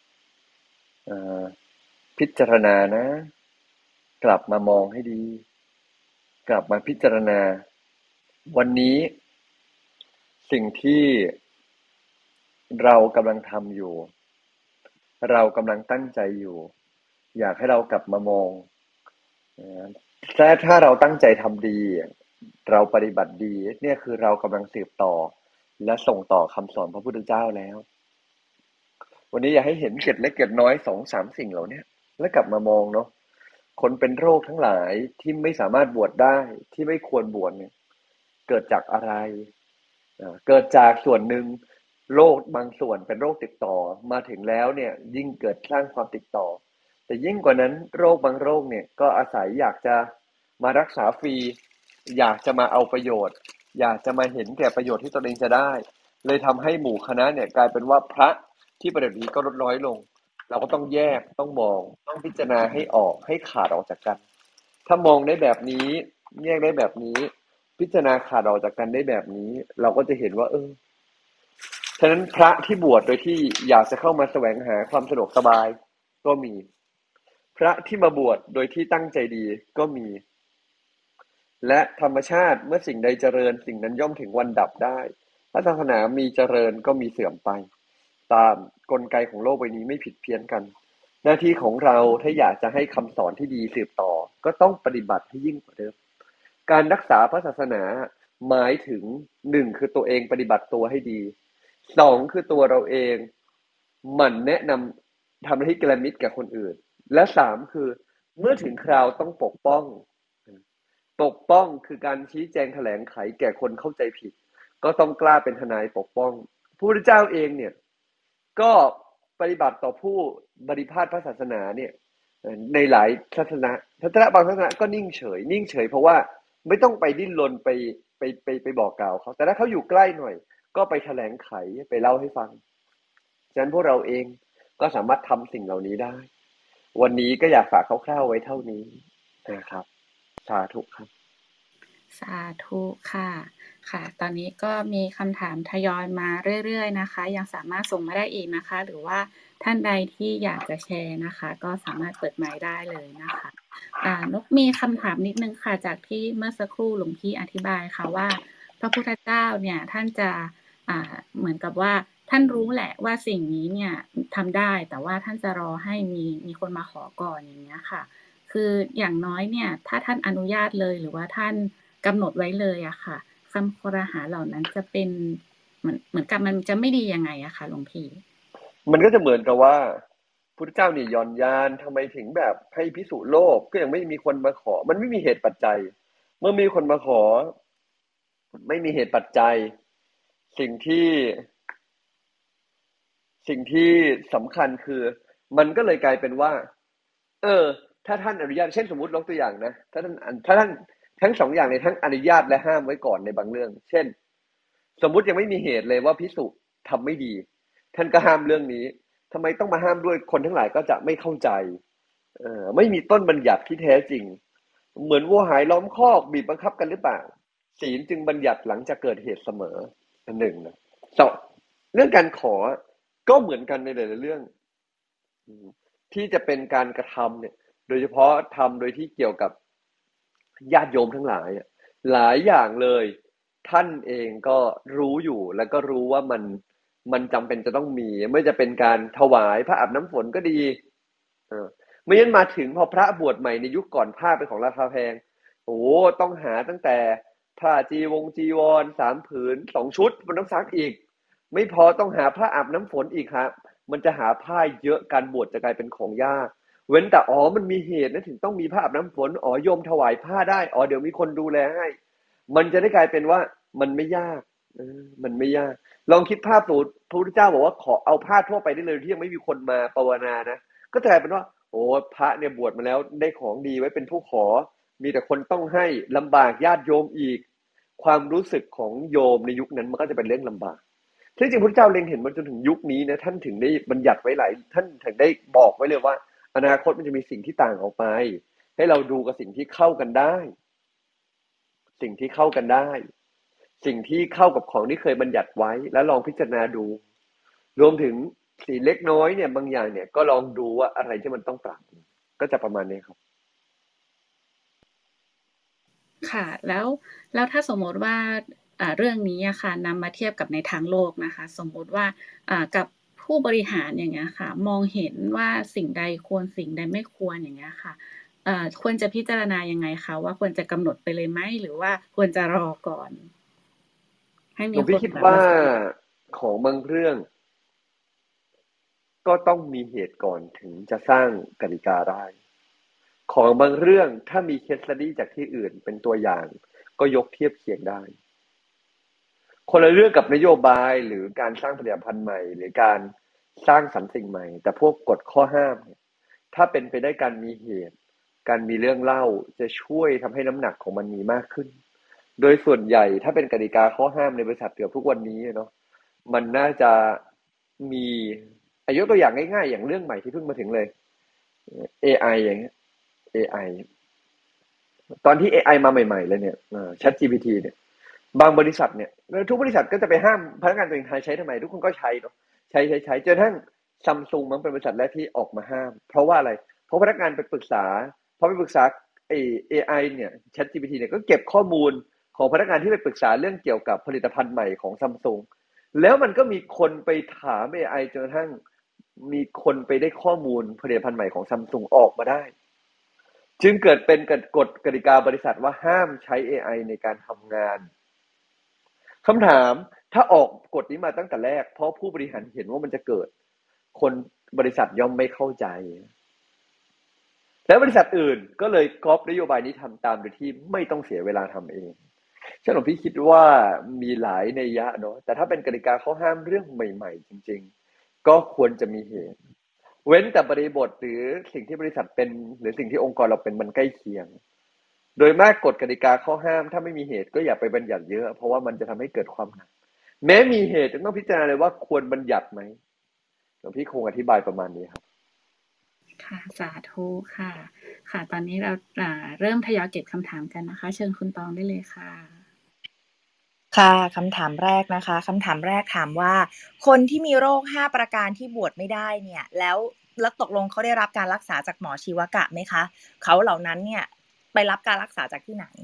พิจารณานะกลับมามองให้ดีกลับมาพิจารณาวันนี้สิ่งที่เรากำลังทำอยู่เรากำลังตั้งใจอยู่อยากให้เรากลับมามองแต่ถ้าเราตั้งใจทำดีเราปฏิบัติดีเนี่ยคือเรากำลังสืบต่อและส่งต่อคำสอนพระพุทธเจ้าแล้ววันนี้อยากให้เห็นเกร็ดเล็กเกร็ดน้อยสองสามสิ่งเหล่านี้แล้วกลับมามองเนาะคนเป็นโรคทั้งหลายที่ไม่สามารถบวชได้ที่ไม่ควรบวชเนี่ยเกิดจากอะไรเกิดจากส่วนหนึ่งโรคบางส่วนเป็นโรคติดต่อมาถึงแล้วเนี่ยยิ่งเกิดสร้างความติดต่อแต่ยิ่งกว่านั้นโรคบางโรคเนี่ยก็อาศัยอยากจะมารักษาฟรีอยากจะมาเอาประโยชน์อยากจะมาเห็นแก่ประโยชน์ที่ตนเองจะได้เลยทำให้หมู่คณะเนี่ยกลายเป็นว่าพระที่ประเดี๋ยวนี้ก็ลดน้อยลงเราก็ต้องแยกต้องมองต้องพิจารณาให้ออกให้ขาดออกจากกันถ้ามองได้แบบนี้แยกได้แบบนี้พิจารณาขาดออกจากกันได้แบบนี้เราก็จะเห็นว่าเออฉะนั้นพระที่บวชโดยที่อยากจะเข้ามาแสวงหาความสะดวกสบายก็มีพระที่มาบวชโดยที่ตั้งใจดีก็มีและธรรมชาติเมื่อสิ่งใดเจริญสิ่งนั้นย่อมถึงวันดับได้พระศาสนามีเจริญก็มีเสื่อมไปตามกลไกของโลกใบนี้ไม่ผิดเพี้ยนกันหน้าที่ของเราถ้าอยากจะให้คำสอนที่ดีสืบต่อก็ต้องปฏิบัติให้ยิ่งกว่าเดิมการรักษาพระศาสนาหมายถึงหนึ่งคือตัวเองปฏิบัติตัวให้ดีสองคือตัวเราเองหมั่นแนะนำทำให้กระมิตรกับคนอื่นและสามคือเมื่อถึงคราวต้องปกป้องปกป้องคือการชี้แจงแถลงไขแก่คนเข้าใจผิดก็ต้องกล้าเป็นทนายปกป้องพระพุทธเจ้าเองเนี่ยก็ปฏิบัติต่อผู้บริพาทพระศาสนาเนี่ยในหลายศาสนาศาสนาบางศาสนาก็นิ่งเฉยนิ่งเฉยเพราะว่าไม่ต้องไปดิ้นรนไปไปไปไปบอกกล่าวเขาแต่ถ้าเขาอยู่ใกล้หน่อยก็ไปแถลงไขไปเล่าให้ฟังฉะนั้นพวกเราเองก็สามารถทำสิ่งเหล่านี้ได้วันนี้ก็อยากฝากคร่าวๆไว้เท่านี้นะครับสาธุครับสาธุค่ะค่ะตอนนี้ก็มีคำถามทยอยมาเรื่อยๆนะคะยังสามารถส่งมาได้อีกนะคะหรือว่าท่านใดที่อยากจะแชร์นะคะก็สามารถเปิดไมค์ได้เลยนะคะอ่านกมีคำถามนิดนึงค่ะจากที่เมื่อสักครู่หลวงพี่อธิบายค่ะว่าพระพุทธเจ้าเนี่ยท่านจะอ่าเหมือนกับว่าท่านรู้แหละว่าสิ่งนี้เนี่ยทำได้แต่ว่าท่านจะรอให้มีมีคนมาขอก่อนอย่างเงี้ยค่ะคืออย่างน้อยเนี่ยถ้าท่านอนุญาตเลยหรือว่าท่านกำหนดไว้เลยอะค่ะคำครหาเหล่านั้นจะเป็นเหมือนเหมือนกับมันจะไม่ดียังไงอะคะหลวงพี่มันก็จะเหมือนกับว่าพุทธเจ้านี่ย่อนยานทำไมถึงแบบให้ภิกษุโลภก็ยังไม่มีคนมาขอมันไม่มีเหตุปัจจัยเมื่อมีคนมาขอไม่มีเหตุปัจจัยสิ่งที่สิ่งที่สำคัญคือมันก็เลยกลายเป็นว่าเออถ้าท่านอนุญาตเช่นสมมุติยกตัวอย่างนะถ้าท่านถ้าท่านทั้งสองอย่างในทั้งอนุญาตและห้ามไว้ก่อนในบางเรื่องเช่นสมมุติยังไม่มีเหตุเลยว่าภิกษุทำไม่ดีท่านก็ห้ามเรื่องนี้ทำไมต้องมาห้ามด้วยคนทั้งหลายก็จะไม่เข้าใจเออไม่มีต้นบัญญัติที่แท้จริงเหมือนวัวหายล้อมคอกบีบบังคับกันหรือเปล่าศีลจึงบัญญัติหลังจากเกิดเหตุเสมออันหนึ่งนะสองเรื่องการขอก็เหมือนกันในหลายๆเรื่องที่จะเป็นการกระทำเนี่ยโดยเฉพาะทำโดยที่เกี่ยวกับญาติโยมทั้งหลายหลายอย่างเลยท่านเองก็รู้อยู่แล้วก็รู้ว่ามันมันจำเป็นจะต้องมีไม่ว่าจะเป็นการถวายพระอาบน้ำฝนก็ดีเออไม่งั้นมาถึงพอพระบวชใหม่ในยุคก่อนผ้าเป็นของราคาแพงโอ้ต้องหาตั้งแต่ผ้าจีวงจีวรสามผืนสองชุดมันต้องซักอีกไม่พอต้องหาผ้าอาบน้ำฝนอีกครับมันจะหาผ้าเยอะการบวชจะกลายเป็นของยากเว้นแต่อ๋อมันมีเหตุนะถึงต้องมีผ้าอาบน้ำฝนอ๋อโยมถวายผ้าได้อ๋อเดี๋ยวมีคนดูแลให้มันจะได้กลายเป็นว่ามันไม่ยากเออมันไม่ยากลองคิดภาพสูตรพระพุทธเจ้าบอกว่าขอเอาผ้าทั่วไปได้เลยที่ยังไม่มีคนมาภาวนานะก็จะกลายเป็นว่าโอ้พระเนี่ยบวชมาแล้วได้ของดีไว้เป็นผู้ขอมีแต่คนต้องให้ลำบากญาติโยมอีกความรู้สึกของโยมในยุคนั้นมันก็จะเป็นเรื่องลำบากที่จริงพระเจ้าเล็งเห็นมาจนถึงยุคนี้นะท่านถึงได้บัญญัติไว้หลายท่านถึงได้บอกไว้เลยว่าอนาคตมันจะมีสิ่งที่ต่างออกไปให้เราดูกับสิ่งที่เข้ากันได้สิ่งที่เข้ากันได้สิ่งที่เข้ากับของที่เคยบัญญัติไว้แล้วลองพิจารณาดูรวมถึงสิ่งเล็กน้อยเนี่ยบางอย่างเนี่ยก็ลองดูว่าอะไรที่มันต้องปรับก็จะประมาณนี้ครับค่ะแล้วแล้วถ้าสมมติว่าอ่าเรื่องนี้อะค่ะนำมาเทียบกับในทางโลกนะคะสมมุติว่าอ่ากับผู้บริหารอย่างเงี้ยค่ะมองเห็นว่าสิ่งใดควรสิ่งใดไม่ควรอย่างเงี้ยค่ะเอ่อควรจะพิจารณายังไงคะว่าควรจะกำหนดไปเลยไหมหรือว่าควรจะรอก่อนให้หลมีวงพี่คิดคนแบบว่ามาสรุปของบางเรื่องก็ต้องมีเหตุก่อนถึงจะสร้างกติกาได้ของบางเรื่องถ้ามีเคสสตัดดี้จากที่อื่นเป็นตัวอย่างก็ยกเทียบเคียงได้คนละเรื่องกับนโยบายหรือการสร้างผลิตภัณฑ์ใหม่หรือการสร้างสรรค์สิ่งใหม่แต่พวกกฎข้อห้ามถ้าเป็นไปได้การมีเหตุการมีเรื่องเล่าจะช่วยทำให้น้ำหนักของมันมีมากขึ้นโดยส่วนใหญ่ถ้าเป็นกติกาข้อห้ามในบริษัทเกือบทุกวันนี้เนาะมันน่าจะมีอายุตัวอย่างง่ายๆอย่างเรื่องใหม่ที่เพิ่งมาถึงเลย เอ ไอ อย่างเงี้ย เอ ไอ ตอนที่ เอ ไอ มาใหม่ๆเลยเนี่ย ChatGPT เนี่ยบางบริษัทเนี่ยทุกบริษัทก็จะไปห้ามพนักงานตัวเองใช้ทำไมทุกคนก็ใช้เนาะใช้ใช้ใช้จนทั้งซัมซุงมันเป็นบริษัทแรกที่ออกมาห้ามเพราะว่าอะไรเพราะพนักงานไปปรึกษาพอไปปรึกษาไอ้ เอ ไอ เนี่ย ChatGPT เนี่ยก็เก็บข้อมูลของพนักงานที่ไปปรึกษาเรื่องเกี่ยวกับผลิตภัณฑ์ใหม่ของซัมซุงแล้วมันก็มีคนไปถาม เอ ไอ จนกระทั่งมีคนไปได้ข้อมูลผลิตภัณฑ์ใหม่ของซัมซุงออกมาได้จึงเกิดเป็นกฎกติกาบริษัทว่าห้ามใช้ เอ ไอ ในการทำงานคำถามถ้าออกกฎนี้มาตั้งแต่แรกเพราะผู้บริหารเห็นว่ามันจะเกิดคนบริษัทย่อมไม่เข้าใจแล้วบริษัทอื่นก็เลยก๊อปนโยบายนี้ทำตามโดยที่ไม่ต้องเสียเวลาทำเองฉะนั้นพี่คิดว่ามีหลายนัยยะเนาะแต่ถ้าเป็นกติกาข้อห้ามเรื่องใหม่ๆจริงๆก็ควรจะมีเหตุเว้นแต่บริบทหรือสิ่งที่บริษัทเป็นหรือสิ่งที่องค์กรเราเป็นมันใกล้เคียงโดยมากกฎกติกาข้อห้ามถ้าไม่มีเหตุก็อย่าไปบัญญัติเยอะเพราะว่ามันจะทำให้เกิดความหนักแม้มีเหตุต้องพิจารณาเลยว่าควรบัญญัติไหมหลวงพี่คงอธิบายประมาณนี้ครับค่ะสาธุค่ะ ค่ะ ตอนนี้เราอ่าเริ่มทยอยเก็บคำถามกันนะคะ เชิญคุณตองได้เลยค่ะค่ะคำถามแรกนะคะคำถามแรกถามว่าคนที่มีโรคห้าประการที่บวชไม่ได้เนี่ยแล้วแล้วตกลงเขาได้รับการรักษาจากหมอชีวกะไหมคะเขาเหล่านั้นเนี่ยไปรับการรักษาจากที่ไหน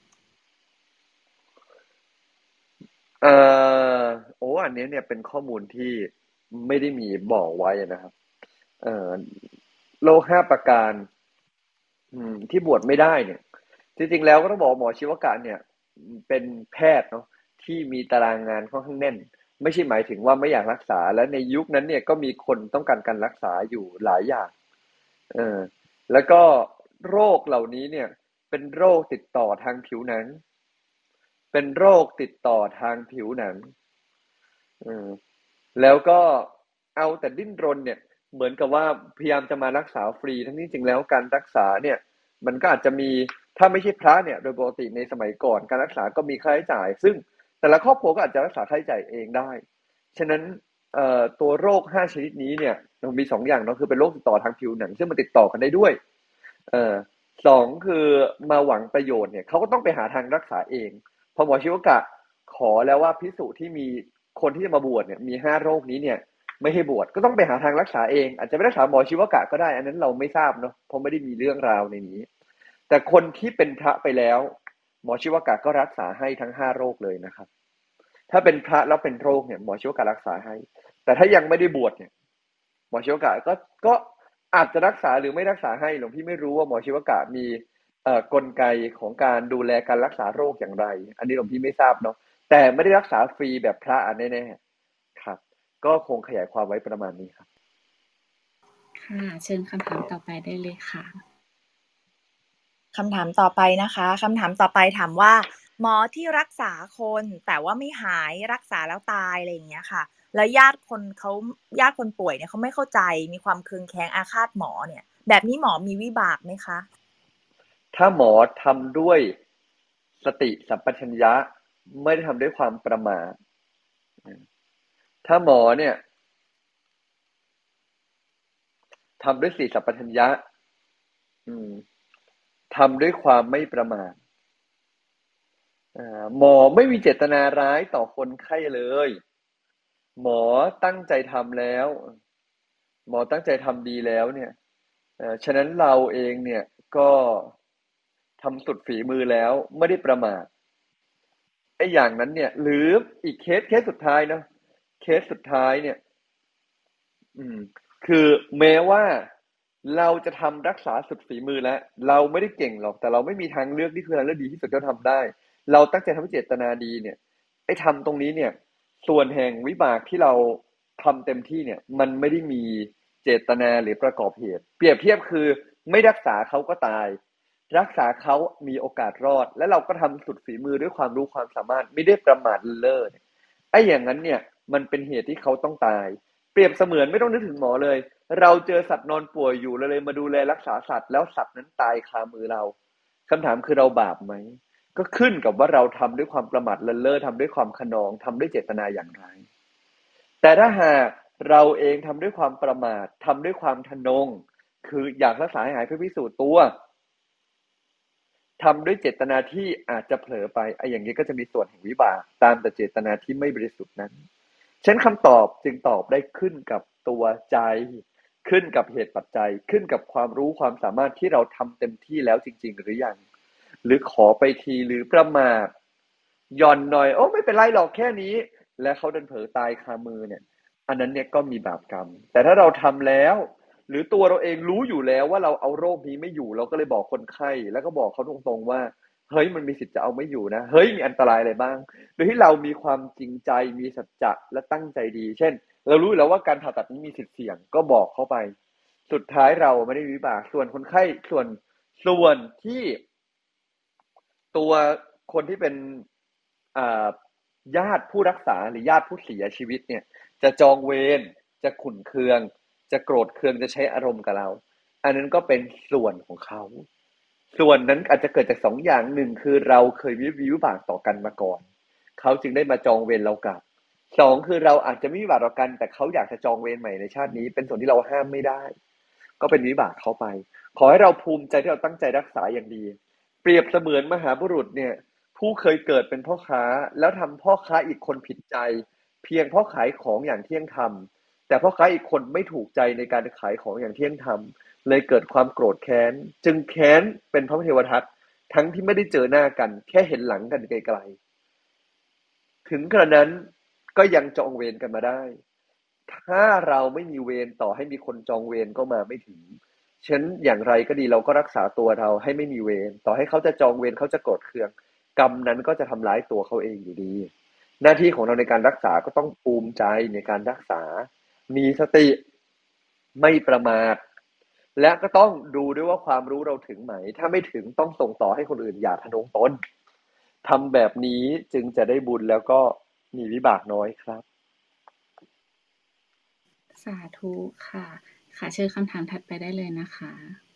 เอ่อโอ้อันนี้เนี่ยเป็นข้อมูลที่ไม่ได้มีบอกไว้นะครับเอ่อโรคห้าประการอืมที่บวชไม่ได้เนี่ยจริงๆแล้วก็ต้องบอกหมอชีวกะเนี่ยเป็นแพทย์เนาะที่มีตารางงานค่อนข้างแน่นไม่ใช่หมายถึงว่าไม่อยากรักษาและในยุคนั้นเนี่ยก็มีคนต้องการการรักษาอยู่หลายอย่างเออแล้วก็โรคเหล่านี้เนี่ยเป็นโรคติดต่อทางผิวหนังเป็นโรคติดต่อทางผิวหนังเออแล้วก็เอาแต่ดิ้นรนเนี่ยเหมือนกับว่าพยายามจะมารักษาฟรีทั้งนี้จริงแล้วการรักษาเนี่ยมันก็อาจจะมีถ้าไม่ใช่พระเนี่ยโดยปกติในสมัยก่อนการรักษาก็มีค่าใช้จ่ายซึ่งแต่ละครอบครัวก็อาจจะรักษาค่าใช้จ่ายเองได้ฉะนั้นเอ่อตัวโรคห้าชนิดนี้เนี่ยมันมีสองอย่างเนาะคือเป็นโรคติดต่อทางผิวหนังซึ่งมันติดต่อกันได้ด้วยเอ่อสองคือมาหวังประโยชน์เนี่ยเขาก็ต้องไปหาทางรักษาเองพอหมอชีวกะขอแล้วว่าภิกษุที่มีคนที่จะมาบวชเนี่ยมีห้าโรคนี้เนี่ยไม่ให้บวชก็ต้องไปหาทางรักษาเองอาจจะไม่รักษาหมอชีวกะก็ได้อันนั้นเราไม่ทราบเนาะเพราะไม่ได้มีเรื่องราวในนี้แต่คนที่เป็นพระไปแล้วหมอชีวกะก็รักษาให้ทั้งห้าโรคเลยนะครับถ้าเป็นพระแล้วเป็นโรคเนี่ยหมอชีวกะรักษาให้แต่ถ้ายังไม่ได้บวชเนี่ยหมอชีวกะก็ก็อาจจะรักษาหรือไม่รักษาให้หลวงพี่ไม่รู้ว่าหมอชีวกะมีเอ่อกลไกของการดูแลการรักษาโรคอย่างไรอันนี้หลวงพี่ไม่ทราบเนาะแต่ไม่ได้รักษาฟรีแบบพระอันแน่ๆครับก็คงขยายความไว้ประมาณนี้ครับค่ะเชิญคำถามต่อไปได้เลยค่ะคำถามต่อไปนะคะคำถามต่อไปถามว่าหมอที่รักษาคนแต่ว่าไม่หายรักษาแล้วตายอะไรอย่างเงี้ยค่ะแล้วญาติคนเขาญาติคนป่วยเนี่ยเขาไม่เข้าใจมีความเคืองแค้นอาฆาตหมอเนี่ยแบบนี้หมอมีวิบากไหมคะถ้าหมอทำด้วยสติสัมปชัญญะไม่ได้ทำด้วยความประมาทถ้าหมอเนี่ยทำด้วยสติสัมปชัญญะทำด้วยความไม่ประมาทหมอไม่มีเจตนาร้ายต่อคนไข้เลยหมอตั้งใจทำแล้วหมอตั้งใจทำดีแล้วเนี่ยฉะนั้นเราเองเนี่ยก็ทำสุดฝีมือแล้วไม่ได้ประมาทไอ้อย่างนั้นเนี่ยหรืออีกเคสเคสสุดท้ายเนาะเคสสุดท้ายเนี่ยอืมคือแม้ว่าเราจะทำรักษาสุดฝีมือแล้วเราไม่ได้เก่งหรอกแต่เราไม่มีทางเลือกที่คือทางเลือกดีที่สุดที่เราทำได้เราตั้งใจทำให้เจตนาดีเนี่ยไอ้ทำตรงนี้เนี่ยส่วนแห่งวิบากที่เราทำเต็มที่เนี่ยมันไม่ได้มีเจตนาหรือประกอบเหตุเปรียบเทียบคือไม่รักษาเขาก็ตายรักษาเขามีโอกาสรอดและเราก็ทำสุดฝีมือด้วยความรู้ความสามารถไม่ได้ประมาทเลิศไอ้อย่างนั้นเนี่ยมันเป็นเหตุที่เขาต้องตายเปรียบเสมือนไม่ต้องนึกถึงหมอเลยเราเจอสัตว์นอนป่วยอยู่เราเลยมาดูแลรักษาสัตว์แล้วสัตว์นั้นตายคามือเราคำถามคือเราบาปไหมก็ขึ้นกับว่าเราทำด้วยความประมาทเลินเล่อทำด้วยความขนองทำด้วยเจตนาอย่างไรแต่ถ้าหากเราเองทำด้วยความประมาททำด้วยความทะนงคืออยากรักษาให้หายเพื่อพิสูจน์ตัวทำด้วยเจตนาที่อาจจะเผลอไปไอ้อย่างนี้ก็จะมีส่วนแห่งวิบากตามแต่เจตนาที่ไม่บริสุทธิ์นั้นฉะนั้นคำตอบจึงตอบได้ขึ้นกับตัวใจขึ้นกับเหตุปัจจัยขึ้นกับความรู้ความสามารถที่เราทำเต็มที่แล้วจริงๆหรือยังหรือขอไปทีหรือประมาทหย่อนหน่อยโอ้ไม่เป็นไรหรอกแค่นี้และเขาดันเผลอตายคามือเนี่ยอันนั้นเนี่ยก็มีบาปกรรมแต่ถ้าเราทำแล้วหรือตัวเราเองรู้อยู่แล้วว่าเราเอาโรคนี้ไม่อยู่เราก็เลยบอกคนไข้แล้วก็บอกเขาตรงๆว่าเฮ้ยมันมีสิทธิ์จะเอาไม่อยู่นะเฮ้ยมีอันตรายอะไรบ้างโดยที่เรามีความจริงใจมีสัจจะและตั้งใจดีเช่นเรารู้แล้วว่าการผ่าตัดนี้มีสิทธิ์เสี่ยงก็บอกเขาไปสุดท้ายเราไม่ได้วิบากส่วนคนไข้ส่วนส่วนที่ตัวคนที่เป็นญาติผู้รักษาหรือญาติผู้เสียชีวิตเนี่ยจะจองเวรจะขุ่นเคืองจะโกรธเคืองจะใช้อารมณ์กับเราอันนั้นก็เป็นส่วนของเขาส่วนนั้นอาจจะเกิดจากสองอย่างหนึ่งคือเราเคยมีวิบากต่อกันมาก่อนเขาจึงได้มาจองเวรเรากลับสองคือเราอาจจะไม่มีบาปต่อกันแต่เขาอยากจะจองเวรใหม่ในชาตินี้เป็นส่วนที่เราห้ามไม่ได้ก็เป็นวิบากเขาไปขอให้เราภูมิใจที่เราตั้งใจรักษาอย่างดีเปรียบเสมือนมหาบุรุษเนี่ยผู้เคยเกิดเป็นพ่อค้าแล้วทำพ่อค้าอีกคนผิดใจเพียงเพราะขายของอย่างเที่ยงธรรมแต่พ่อค้าอีกคนไม่ถูกใจในการขายของอย่างเที่ยงธรรมเลยเกิดความโกรธแค้นจึงแค้นเป็นพระเทวทัตทั้งที่ไม่ได้เจอหน้ากันแค่เห็นหลังกันไกลๆถึงกระนั้นก็ยังจองเวรกันมาได้ถ้าเราไม่มีเวรต่อให้มีคนจองเวรก็มาไม่ถึงฉะนั้นอย่างไรก็ดีเราก็รักษาตัวเราให้ไม่มีเวรต่อให้เขาจะจองเวรเขาจะโกรธเคืองกรรมนั้นก็จะทำร้ายตัวเขาเองอยู่ดีหน้าที่ของเราในการรักษาก็ต้องภูมิใจในการรักษามีสติไม่ประมาทและก็ต้องดูด้วยว่าความรู้เราถึงไหมถ้าไม่ถึงต้องส่งต่อให้คนอื่นอย่าทะนงตนทำแบบนี้จึงจะได้บุญแล้วก็มีวิบากน้อยครับสาธุค่ะค่ะเชิญคำถามถัดไปได้เลยนะคะ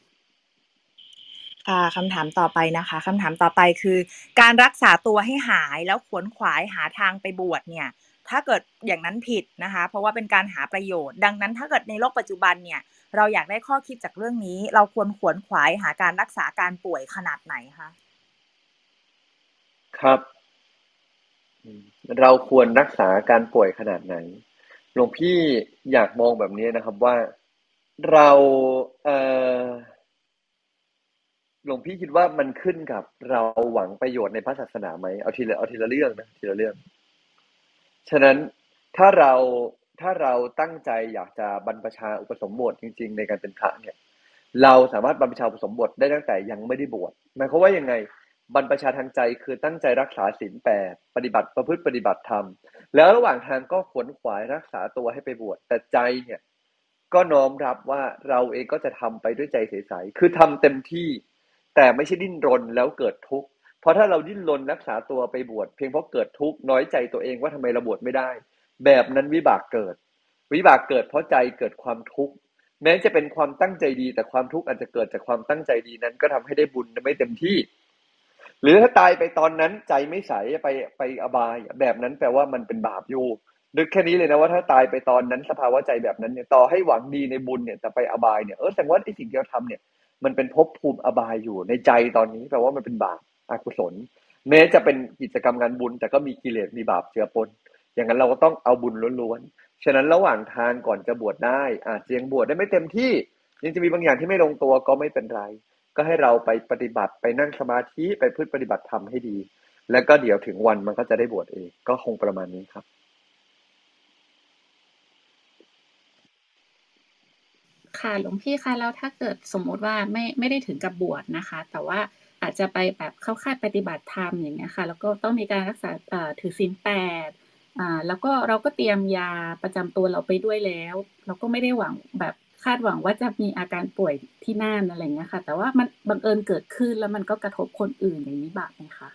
ค่ะคำถามต่อไปนะคะคำถามต่อไปคือการรักษาตัวให้หายแล้วขวนขวายหาทางไปบวชเนี่ยถ้าเกิดอย่างนั้นผิดนะคะเพราะว่าเป็นการหาประโยชน์ดังนั้นถ้าเกิดในโลกปัจจุบันเนี่ยเราอยากได้ข้อคิดจากเรื่องนี้เราควรขวนขวายหาการรักษาการป่วยขนาดไหนคะครับเราควรรักษาการป่วยขนาดไหนหลวงพี่อยากมองแบบนี้นะครับว่าเราเอ่อหลวงพี่คิดว่ามันขึ้นกับเราหวังประโยชน์ในพระศาสนาไหมเอาทีละเอาทีละเรื่องนะทีละเรื่องฉะนั้นถ้าเราถ้าเราตั้งใจอยากจะบรรพชาอุปสมบทจริงๆในการเป็นพระเนี่ยเราสามารถบรรพชาอุปสมบทได้ตั้งแต่ยังไม่ได้บวชหมายความว่ายังไงบรรพชาทางใจคือตั้งใจรักษาศีลแปดปฏิบัติประพฤติปฏิบัติธรรมแล้วระหว่างทางก็ขวนขวายรักษาตัวให้ไปบวชแต่ใจเนี่ยก็น้อมรับว่าเราเองก็จะทำไปด้วยใจใสๆคือทำเต็มที่แต่ไม่ใช่ดิ้นรนแล้วเกิดทุกข์เพราะถ้าเราดิ้นรนรักษาตัวไปบวชเพียงเพราะเกิดทุกข์น้อยใจตัวเองว่าทำไมเราบวชไม่ได้แบบนั้นวิบากเกิดวิบากเกิดเพราะใจเกิดความทุกข์แม้จะเป็นความตั้งใจดีแต่ความทุกข์อาจจะเกิดจากความตั้งใจดีนั้นก็ทำให้ได้บุญไม่เต็มที่หรือถ้าตายไปตอนนั้นใจไม่ใสไปไปอบายแบบนั้นแปลว่ามันเป็นบาปอยู่นึกแค่นี้เลยนะว่าถ้าตายไปตอนนั้นสภาวะใจแบบนั้นเนี่ยต่อให้หวังดีในบุญเนี่ยแต่ไปอบายเนี่ยเออแสดงว่าไอ้สิ่งที่เราทำเนี่ยมันเป็นภพภูมิอบายอยู่ในใจตอนนี้แปลว่ามันเป็นบาปอกุศลแม้จะเป็นกิจกรรมงานบุญแต่ก็มีกิเลสมีบาปเจือปนอย่างนั้นเราก็ต้องเอาบุญล้วนๆฉะนั้นระหว่างทางก่อนจะบวชได้อาจจะยังบวชได้ไม่เต็มที่ยังจะมีบางอย่างที่ไม่ลงตัวก็ไม่เป็นไรก็ให้เราไปปฏิบัติไปนั่งสมาธิไปพึ่งปฏิบัติธรรมให้ดีแล้วก็เดี๋ยวถึงวันมันก็จะได้บวชเองก็คงประมาณนี้ครับค่ะหลวงพี่คะแล้วถ้าเกิดสมมุติว่าไม่ไม่ได้ถึงกับบวชนะคะแต่ว่าอาจจะไปแบบเข้าค่ายปฏิบัติธรรมอย่างเงี้ยค่ะแล้วก็ต้องมีการรักษาเอ่อถือศีลแปดอ่าแล้วก็เราก็เตรียมยาประจำตัวเราไปด้วยแล้วเราก็ไม่ได้หวังแบบคาดหวังว่าจะมีอาการป่วยที่นั่นอะไรเงี้ยค่ะแต่ว่ามันบังเอิญเกิดขึ้นแล้วมันก็กระทบคนอื่นอย่างนี้บาปไหมคะ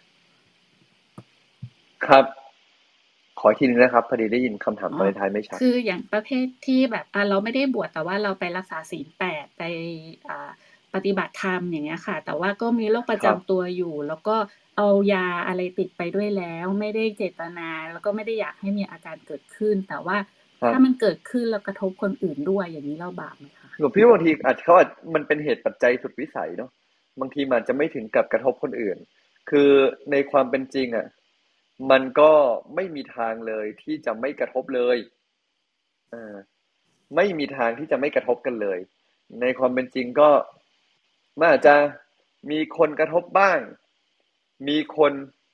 ครับขออีกทีนึงนะครับพอดีได้ยินคำถามตอนท้ายไม่ชัดคืออย่างประเภทที่แบบอ่าเราไม่ได้บวชแต่ว่าเราไปรักษาศีลแปดไปอ่าปฏิบัติธรรมอย่างเงี้ยค่ะแต่ว่าก็มีโรคประจำตัวอยู่แล้วก็เอายาอะไรติดไปด้วยแล้วไม่ได้เจตนาแล้วก็ไม่ได้อยากให้มีอาการเกิดขึ้นแต่ว่าถ้ามันเกิดขึ้นแล้วกระทบคนอื่นด้วยอย่างนี้เราบาปไหมคะหลวงพี่บางทีอาจเขาอาจมันเป็นเหตุปัจจัยสุดวิสัยเนาะบางทีมันจะไม่ถึงกับกระทบคนอื่นคือในความเป็นจริงอ่ะมันก็ไม่มีทางเลยที่จะไม่กระทบเลยอ่าไม่มีทางที่จะไม่กระทบกันเลยในความเป็นจริงก็มันอาจจะมีคนกระทบบ้างมีคน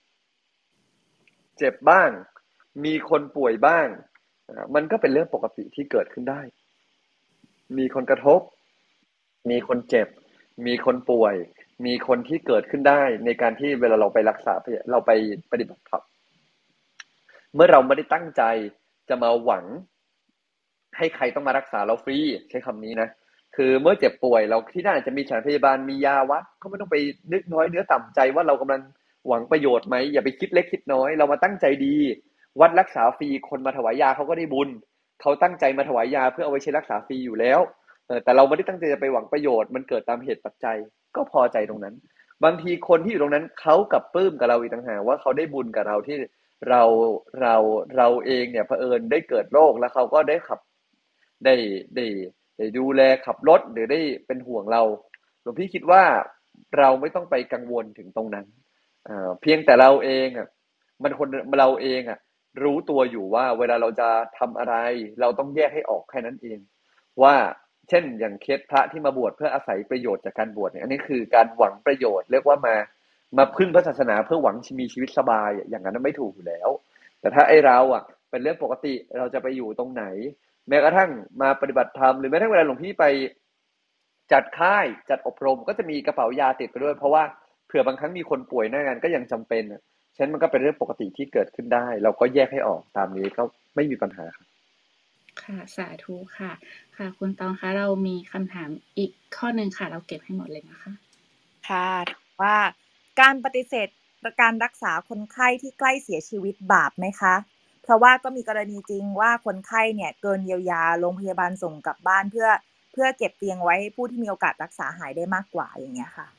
เจ็บบ้างมีคนป่วยบ้างมันก็เป็นเรื่องปกติที่เกิดขึ้นได้มีคนกระทบมีคนเจ็บมีคนป่วยมีคนที่เกิดขึ้นได้ในการที่เวลาเราไปรักษาเราไปปฏิบัติธรรมเมื่อเราไม่ได้ตั้งใจจะมาหวังให้ใครต้องมารักษาเราฟรีใช้คำนี้นะคือเมื่อเจ็บป่วยเราที่นั่นอาจจะมีสถานพยาบาลมียาวัดก็ไม่ต้องไปนึกน้อยเนื้อต่ำใจว่าเรากำลังหวังประโยชน์ไหมอย่าไปคิดเล็กคิดน้อยเรามาตั้งใจดีวัดรักษาฟรีคนมาถวายยาเขาก็ได้บุญเขาตั้งใจมาถวายยาเพื่อเอาไว้ใช้รักษาฟรีอยู่แล้วแต่เราไม่ได้ตั้งใจจะไปหวังประโยชน์มันเกิดตามเหตุปัจจัยก็พอใจตรงนั้นบางทีคนที่อยู่ตรงนั้นเขากับปลื้มกับเราอีกต่างหากว่าเขาได้บุญกับเราที่เราเราเราเองเนี่ยเผอิญได้เกิดโรคแล้วเขาก็ได้ขับได้ได้ได้ดูแลขับรถหรือได้เป็นห่วงเราหลวงพี่คิดว่าเราไม่ต้องไปกังวลถึงตรงนั้นเอ่อเพียงแต่เราเองอ่ะมันคนเราเองอ่ะรู้ตัวอยู่ว่าเวลาเราจะทำอะไรเราต้องแยกให้ออกแค่นั้นเองว่าเช่นอย่างเคสพระที่มาบวชเพื่ออาศัยประโยชน์จากการบวชเนี่ยอันนี้คือการหวังประโยชน์เรียกว่ามามาพึ่งพระศาสนาเพื่อหวังมีชีวิตสบายอย่างนั้นไม่ถูกอยู่แล้วแต่ถ้าไอ้เราอ่ะเป็นเรื่องปกติเราจะไปอยู่ตรงไหนแม้กระทั่งมาปฏิบัติธรรมหรือแม้กระทั่งเวลาหลวงพี่ไปจัดค่ายจัดอบรมก็จะมีกระเป๋ายาติดไปด้วยเพราะว่าเผื่อบางครั้งมีคนป่วยหน้างานก็ยังจำเป็นฉะนั้นมันก็เป็นเรื่องปกติที่เกิดขึ้นได้เราก็แยกให้ออกตามนี้ก็ไม่มีปัญหาครับค่ะสาธุค่ะค่ะคุณตองคะเรามีคำถามอีกข้อนึงค่ะเราเก็บให้หมดเลยนะคะค่ะว่าการปฏิเสธการรักษาคนไข้ที่ใกล้เสียชีวิตบาปไหมคะเพราะว่าก็มีกรณีจริงว่าคนไข้เนี่ยเกินเยียวยาโรงพยาบาลส่งกลับบ้านเพื่อเพื่อเก็บเตียงไว้ให้ผู้ที่มีโอกาสรักษาหายได้มากกว่าอย่างเงี้ยค่ะ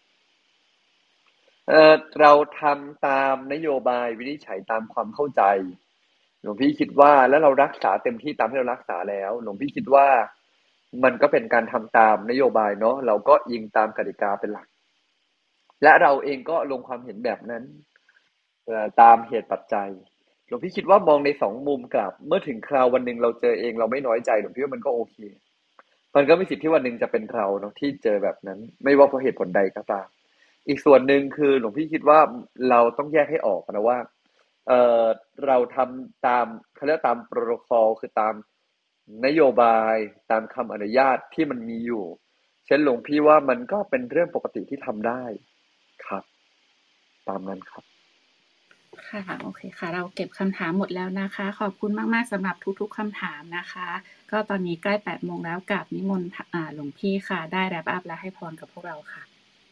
เอ่อเราทำตามนโยบายวินิจฉัยตามความเข้าใจหลวงพี่คิดว่าแล้วเรารักษาเต็มที่ตามที่เรารักษาแล้วหลวงพี่คิดว่ามันก็เป็นการทำตามนโยบายเนาะเราก็ยิงตามกติกาเป็นหลักและเราเองก็ลงความเห็นแบบนั้นตามเหตุปัจจัยหลวงพี่คิดว่ามองในสองมุมกลับเมื่อถึงคราววันหนึ่งเราเจอเองเราไม่น้อยใจหลวงพี่ว่ามันก็โอเคมันก็มีสิทธิ์ที่วันหนึ่งจะเป็นเราเนาะที่เจอแบบนั้นไม่ว่าเพราะเหตุผลใดก็ตามอีกส่วนหนึ่งคือหลวงพี่คิดว่าเราต้องแยกให้ออกนะว่าเออเราทำตามเขาเรียกตามโปรโตคอลคือตามนโยบายตามคำอนุญาตที่มันมีอยู่เช่นหลวงพี่ว่ามันก็เป็นเรื่องปกติที่ทำได้ครับตามนั้นครับค่ะโอเคค่ะเราเก็บคำถามหมดแล้วนะคะขอบคุณมากๆสำหรับทุกๆคำถามนะคะก็ตอนนี้ใกล้แปดโมงแล้วกราบนิมนต์อ่าหลวงพี่ค่ะได้แรปอัพและให้พรกับพวกเราค่ะ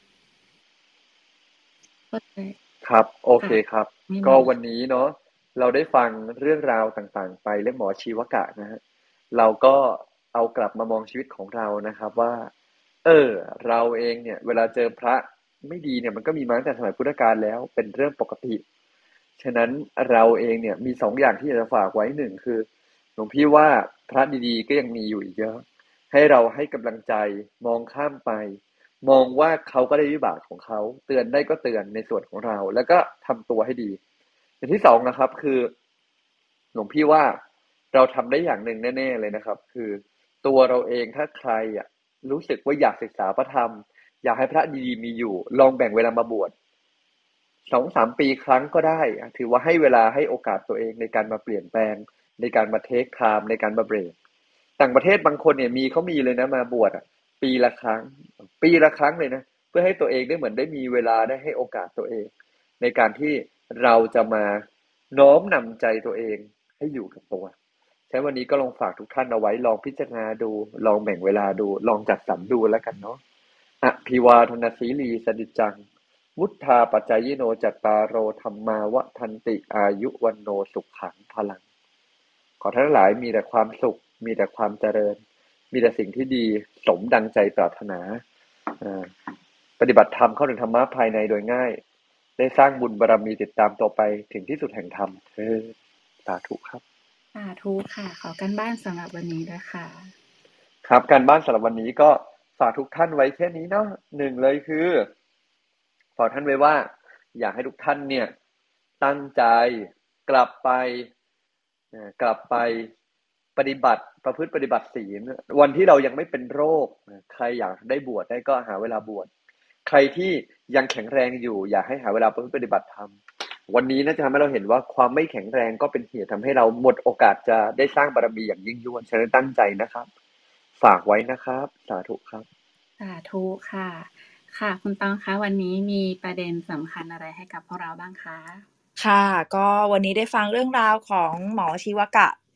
ครับโอเคครับก็วันนี้เนาะเราได้ฟังเรื่องราวต่างๆไปเรื่องหมอชีวกะนะฮะเราก็เอากลับมามองชีวิตของเรานะครับว่าเออเราเองเนี่ยเวลาเจอพระไม่ดีเนี่ยมันก็มีมาตั้งแต่สมัยพุทธกาลแล้วเป็นเรื่องปกติฉะนั้นเราเองเนี่ยมีสองอย่างที่จะฝากไว้หนึ่งคือหลวงพี่ว่าพระดีๆก็ยังมีอยู่อีกเยอะให้เราให้กำลังใจมองข้ามไปมองว่าเขาก็ได้วิบากของเขาเตือนได้ก็เตือนในส่วนของเราแล้วก็ทำตัวให้ดีอย่างที่สองนะครับคือหลวงพี่ว่าเราทำได้อย่างหนึ่งแน่ๆเลยนะครับคือตัวเราเองถ้าใครอ่ะรู้สึกว่าอยากศึกษาพระธรรมอยากให้พระดีๆมีอยู่ลองแบ่งเวลามาบวชสองสามปีครั้งก็ได้ถือว่าให้เวลาให้โอกาสตัวเองในการมาเปลี่ยนแปลงในการมาเทคไทม์ในการมาเบรกต่างประเทศบางคนเนี่ยมีเขามีเลยนะมาบวชอ่ะปีละครั้งปีละครั้งเลยนะเพื่อให้ตัวเองได้เหมือนได้มีเวลาได้ให้โอกาสตัวเองในการที่เราจะมาโน้มนำใจตัวเองให้อยู่กับตัวใช้วันนี้ก็ลองฝากทุกท่านเอาไว้ลองพิจารณาดูลองแบ่งเวลาดูลองจัดสรรดูแล้วกันเนาะอภิวาทนาสีลีสดิจังวุฒาปัจจายโนจัตตารโอธรรมาวทันติอายุวันโนสุขขังพลังขอท่านทั้งหลายมีแต่ความสุขมีแต่ความเจริญมีแต่สิ่งที่ดีสมดังใจปรารถนาปฏิบัติธรรมเข้าถึงธรรมะภายในโดยง่ายได้สร้างบุญบารมีติดตามต่อไปถึงที่สุดแห่งธรรมเออสาธุครับสาธุค่ะขอการบ้านสำหรับวันนี้ด้วยค่ะครับการบ้านสำหรับวันนี้ก็ฝากทุกท่านไว้แค่นี้เนาะหนึ่งเลยคือฝากท่านไว้ว่าอยากให้ทุกท่านเนี่ยตั้งใจกลับไปกลับไปปฏิบัติประพฤติปฏิบัติศีลวันที่เรายังไม่เป็นโรคใครอยากได้บวชได้ก็หาเวลาบวชใครที่ยังแข็งแรงอยู่อยากให้หาเวลาประพฤติปฏิบัติธรรมวันนี้น่าจะทำให้เราเห็นว่าความไม่แข็งแรงก็เป็นเหตุทำให้เราหมดโอกาสจะได้สร้างบารมีอย่างยิ่งยวดฉะนั้นตั้งใจนะครับฝากไว้นะครับสาธุครับสาธุค่ะค่ะคุณตองคะวันนี้มีประเด็นสำคัญอะไรให้กับพวกเราบ้างคะค่ะก็วันนี้ได้ฟังเรื่องราวของหมอชีวกะ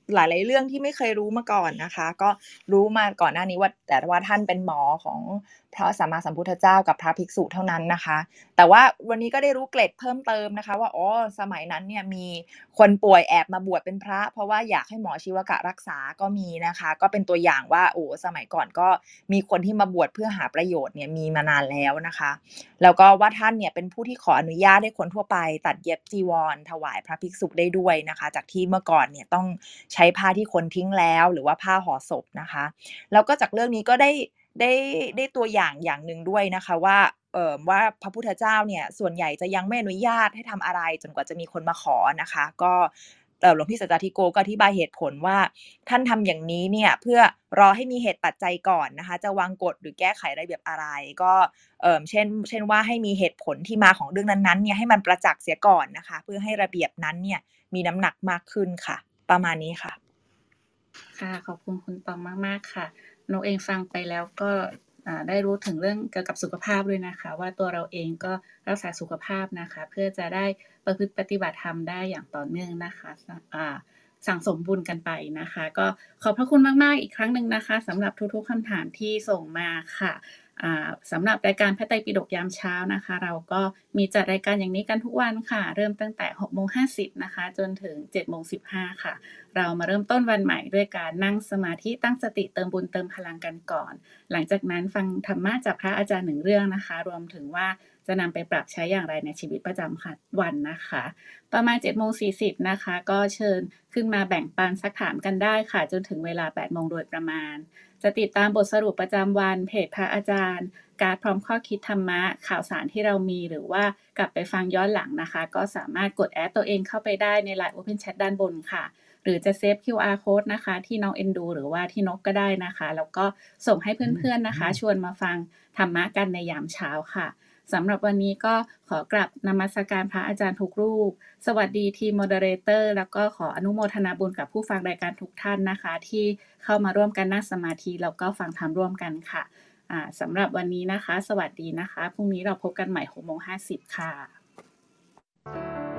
หลายๆเรื่องที่ไม่เคยรู้มาก่อนนะคะก็รู้มาก่อนหน้านี้ว่าแต่ว่าท่านเป็นหมอของพระสัมมาสัมพุทธเจ้ากับพระภิกษุเท่านั้นนะคะแต่ว่าวันนี้ก็ได้รู้เกร็ดเพิ่มเติมนะคะว่าอ๋อสมัยนั้นเนี่ยมีคนป่วยแอบมาบวชเป็นพระเพราะว่าอยากให้หมอชีวกะรักษาก็มีนะคะก็เป็นตัวอย่างว่าโอ้สมัยก่อนก็มีคนที่มาบวชเพื่อหาประโยชน์เนี่ยมีมานานแล้วนะคะแล้วก็ว่าท่านเนี่ยเป็นผู้ที่ขออนุญาตให้คนทั่วไปตัดเย็บจีวรถวายพระภิกษุได้ด้วยนะคะจากที่เมื่อก่อนเนี่ยต้องใช้ผ้าที่คนทิ้งแล้วหรือว่าผ้าห่อศพนะคะแล้วก็จากเรื่องนี้ก็ได้ได้ได้ตัวอย่างอย่างหนึ่งด้วยนะคะว่าเอ่อว่าพระพุทธเจ้าเนี่ยส่วนใหญ่จะยังไม่อนุญาตให้ทำอะไรจนกว่าจะมีคนมาขอนะคะก็เอ่อหลวงพี่สัจจาธิโกก็อธิบายเหตุผลว่าท่านทำอย่างนี้เนี่ยเพื่อรอให้มีเหตุปัจจัยก่อนนะคะจะวางกฎหรือแก้ไขระเบียบอะไรก็เอ่อเช่นเช่นว่าให้มีเหตุผลที่มาของเรื่องนั้นๆเนี่ยให้มันประจักษ์เสียก่อนนะคะเพื่อให้ระเบียบนั้นเนี่ยมีน้ำหนักมากขึ้นค่ะประมาณนี้ค่ะค่ะขอบคุณคุณตองมากๆค่ะนกเองฟังไปแล้วก็ได้รู้ถึงเรื่องเกี่ยวกับสุขภาพด้วยนะคะว่าตัวเราเองก็รักษาสุขภาพนะคะเพื่อจะได้ประพฤติปฏิบัติธรรมได้อย่างต่อเนื่องนะคะสั่งสมบุญกันไปนะคะก็ขอบพระคุณมากๆอีกครั้งหนึ่งนะคะสำหรับทุกๆคำถามที่ส่งมาค่ะสำหรับรายการพระไตรปิฎกยามเช้านะคะเราก็มีจัดรายการอย่างนี้กันทุกวันค่ะเริ่มตั้งแต่ หกโมงห้าสิบ นะคะจนถึง เจ็ดโมงสิบห้า ค่ะเรามาเริ่มต้นวันใหม่ด้วยการนั่งสมาธิตั้งสติเติมบุญเติมพลังกันก่อนหลังจากนั้นฟังธรรมะจากพระอาจารย์หนึ่งเรื่องนะคะรวมถึงว่าจะนำไปปรับใช้อย่างไรในชีวิตประจำวันนะคะประมาณ เจ็ดโมงสี่สิบ นะคะก็เชิญขึ้นมาแบ่งปันซักถามกันได้ค่ะจนถึงเวลา แปดโมงโดยประมาณจะติดตามบทสรุปประจำวันเพจพระอาจารย์การ์ดพร้อมข้อคิดธรรมะข่าวสารที่เรามีหรือว่ากลับไปฟังย้อนหลังนะคะก็สามารถกดแอดตัวเองเข้าไปได้ใน ไลน์ Open Chat ด้านบนค่ะหรือจะเซฟ คิว อาร์ Code นะคะที่น้องเอ็นดูหรือว่าที่นกก็ได้นะคะแล้วก็ส่งให้เพื่อนๆนะคะชวนมาฟังธรรมะกันในยามเช้าค่ะสำหรับวันนี้ก็ขอกราบนมัสการพระอาจารย์ทุกรูปสวัสดีทีมโมเดอเรเตอร์แล้วก็ขออนุโมทนาบุญกับผู้ฟังรายการทุกท่านนะคะที่เข้ามาร่วมกันนั่งสมาธิแล้วก็ฟังธรรมร่วมกันค่ะอ่าสำหรับวันนี้นะคะสวัสดีนะคะพรุ่งนี้เราพบกันใหม่ หกโมงห้าสิบ ค่ะ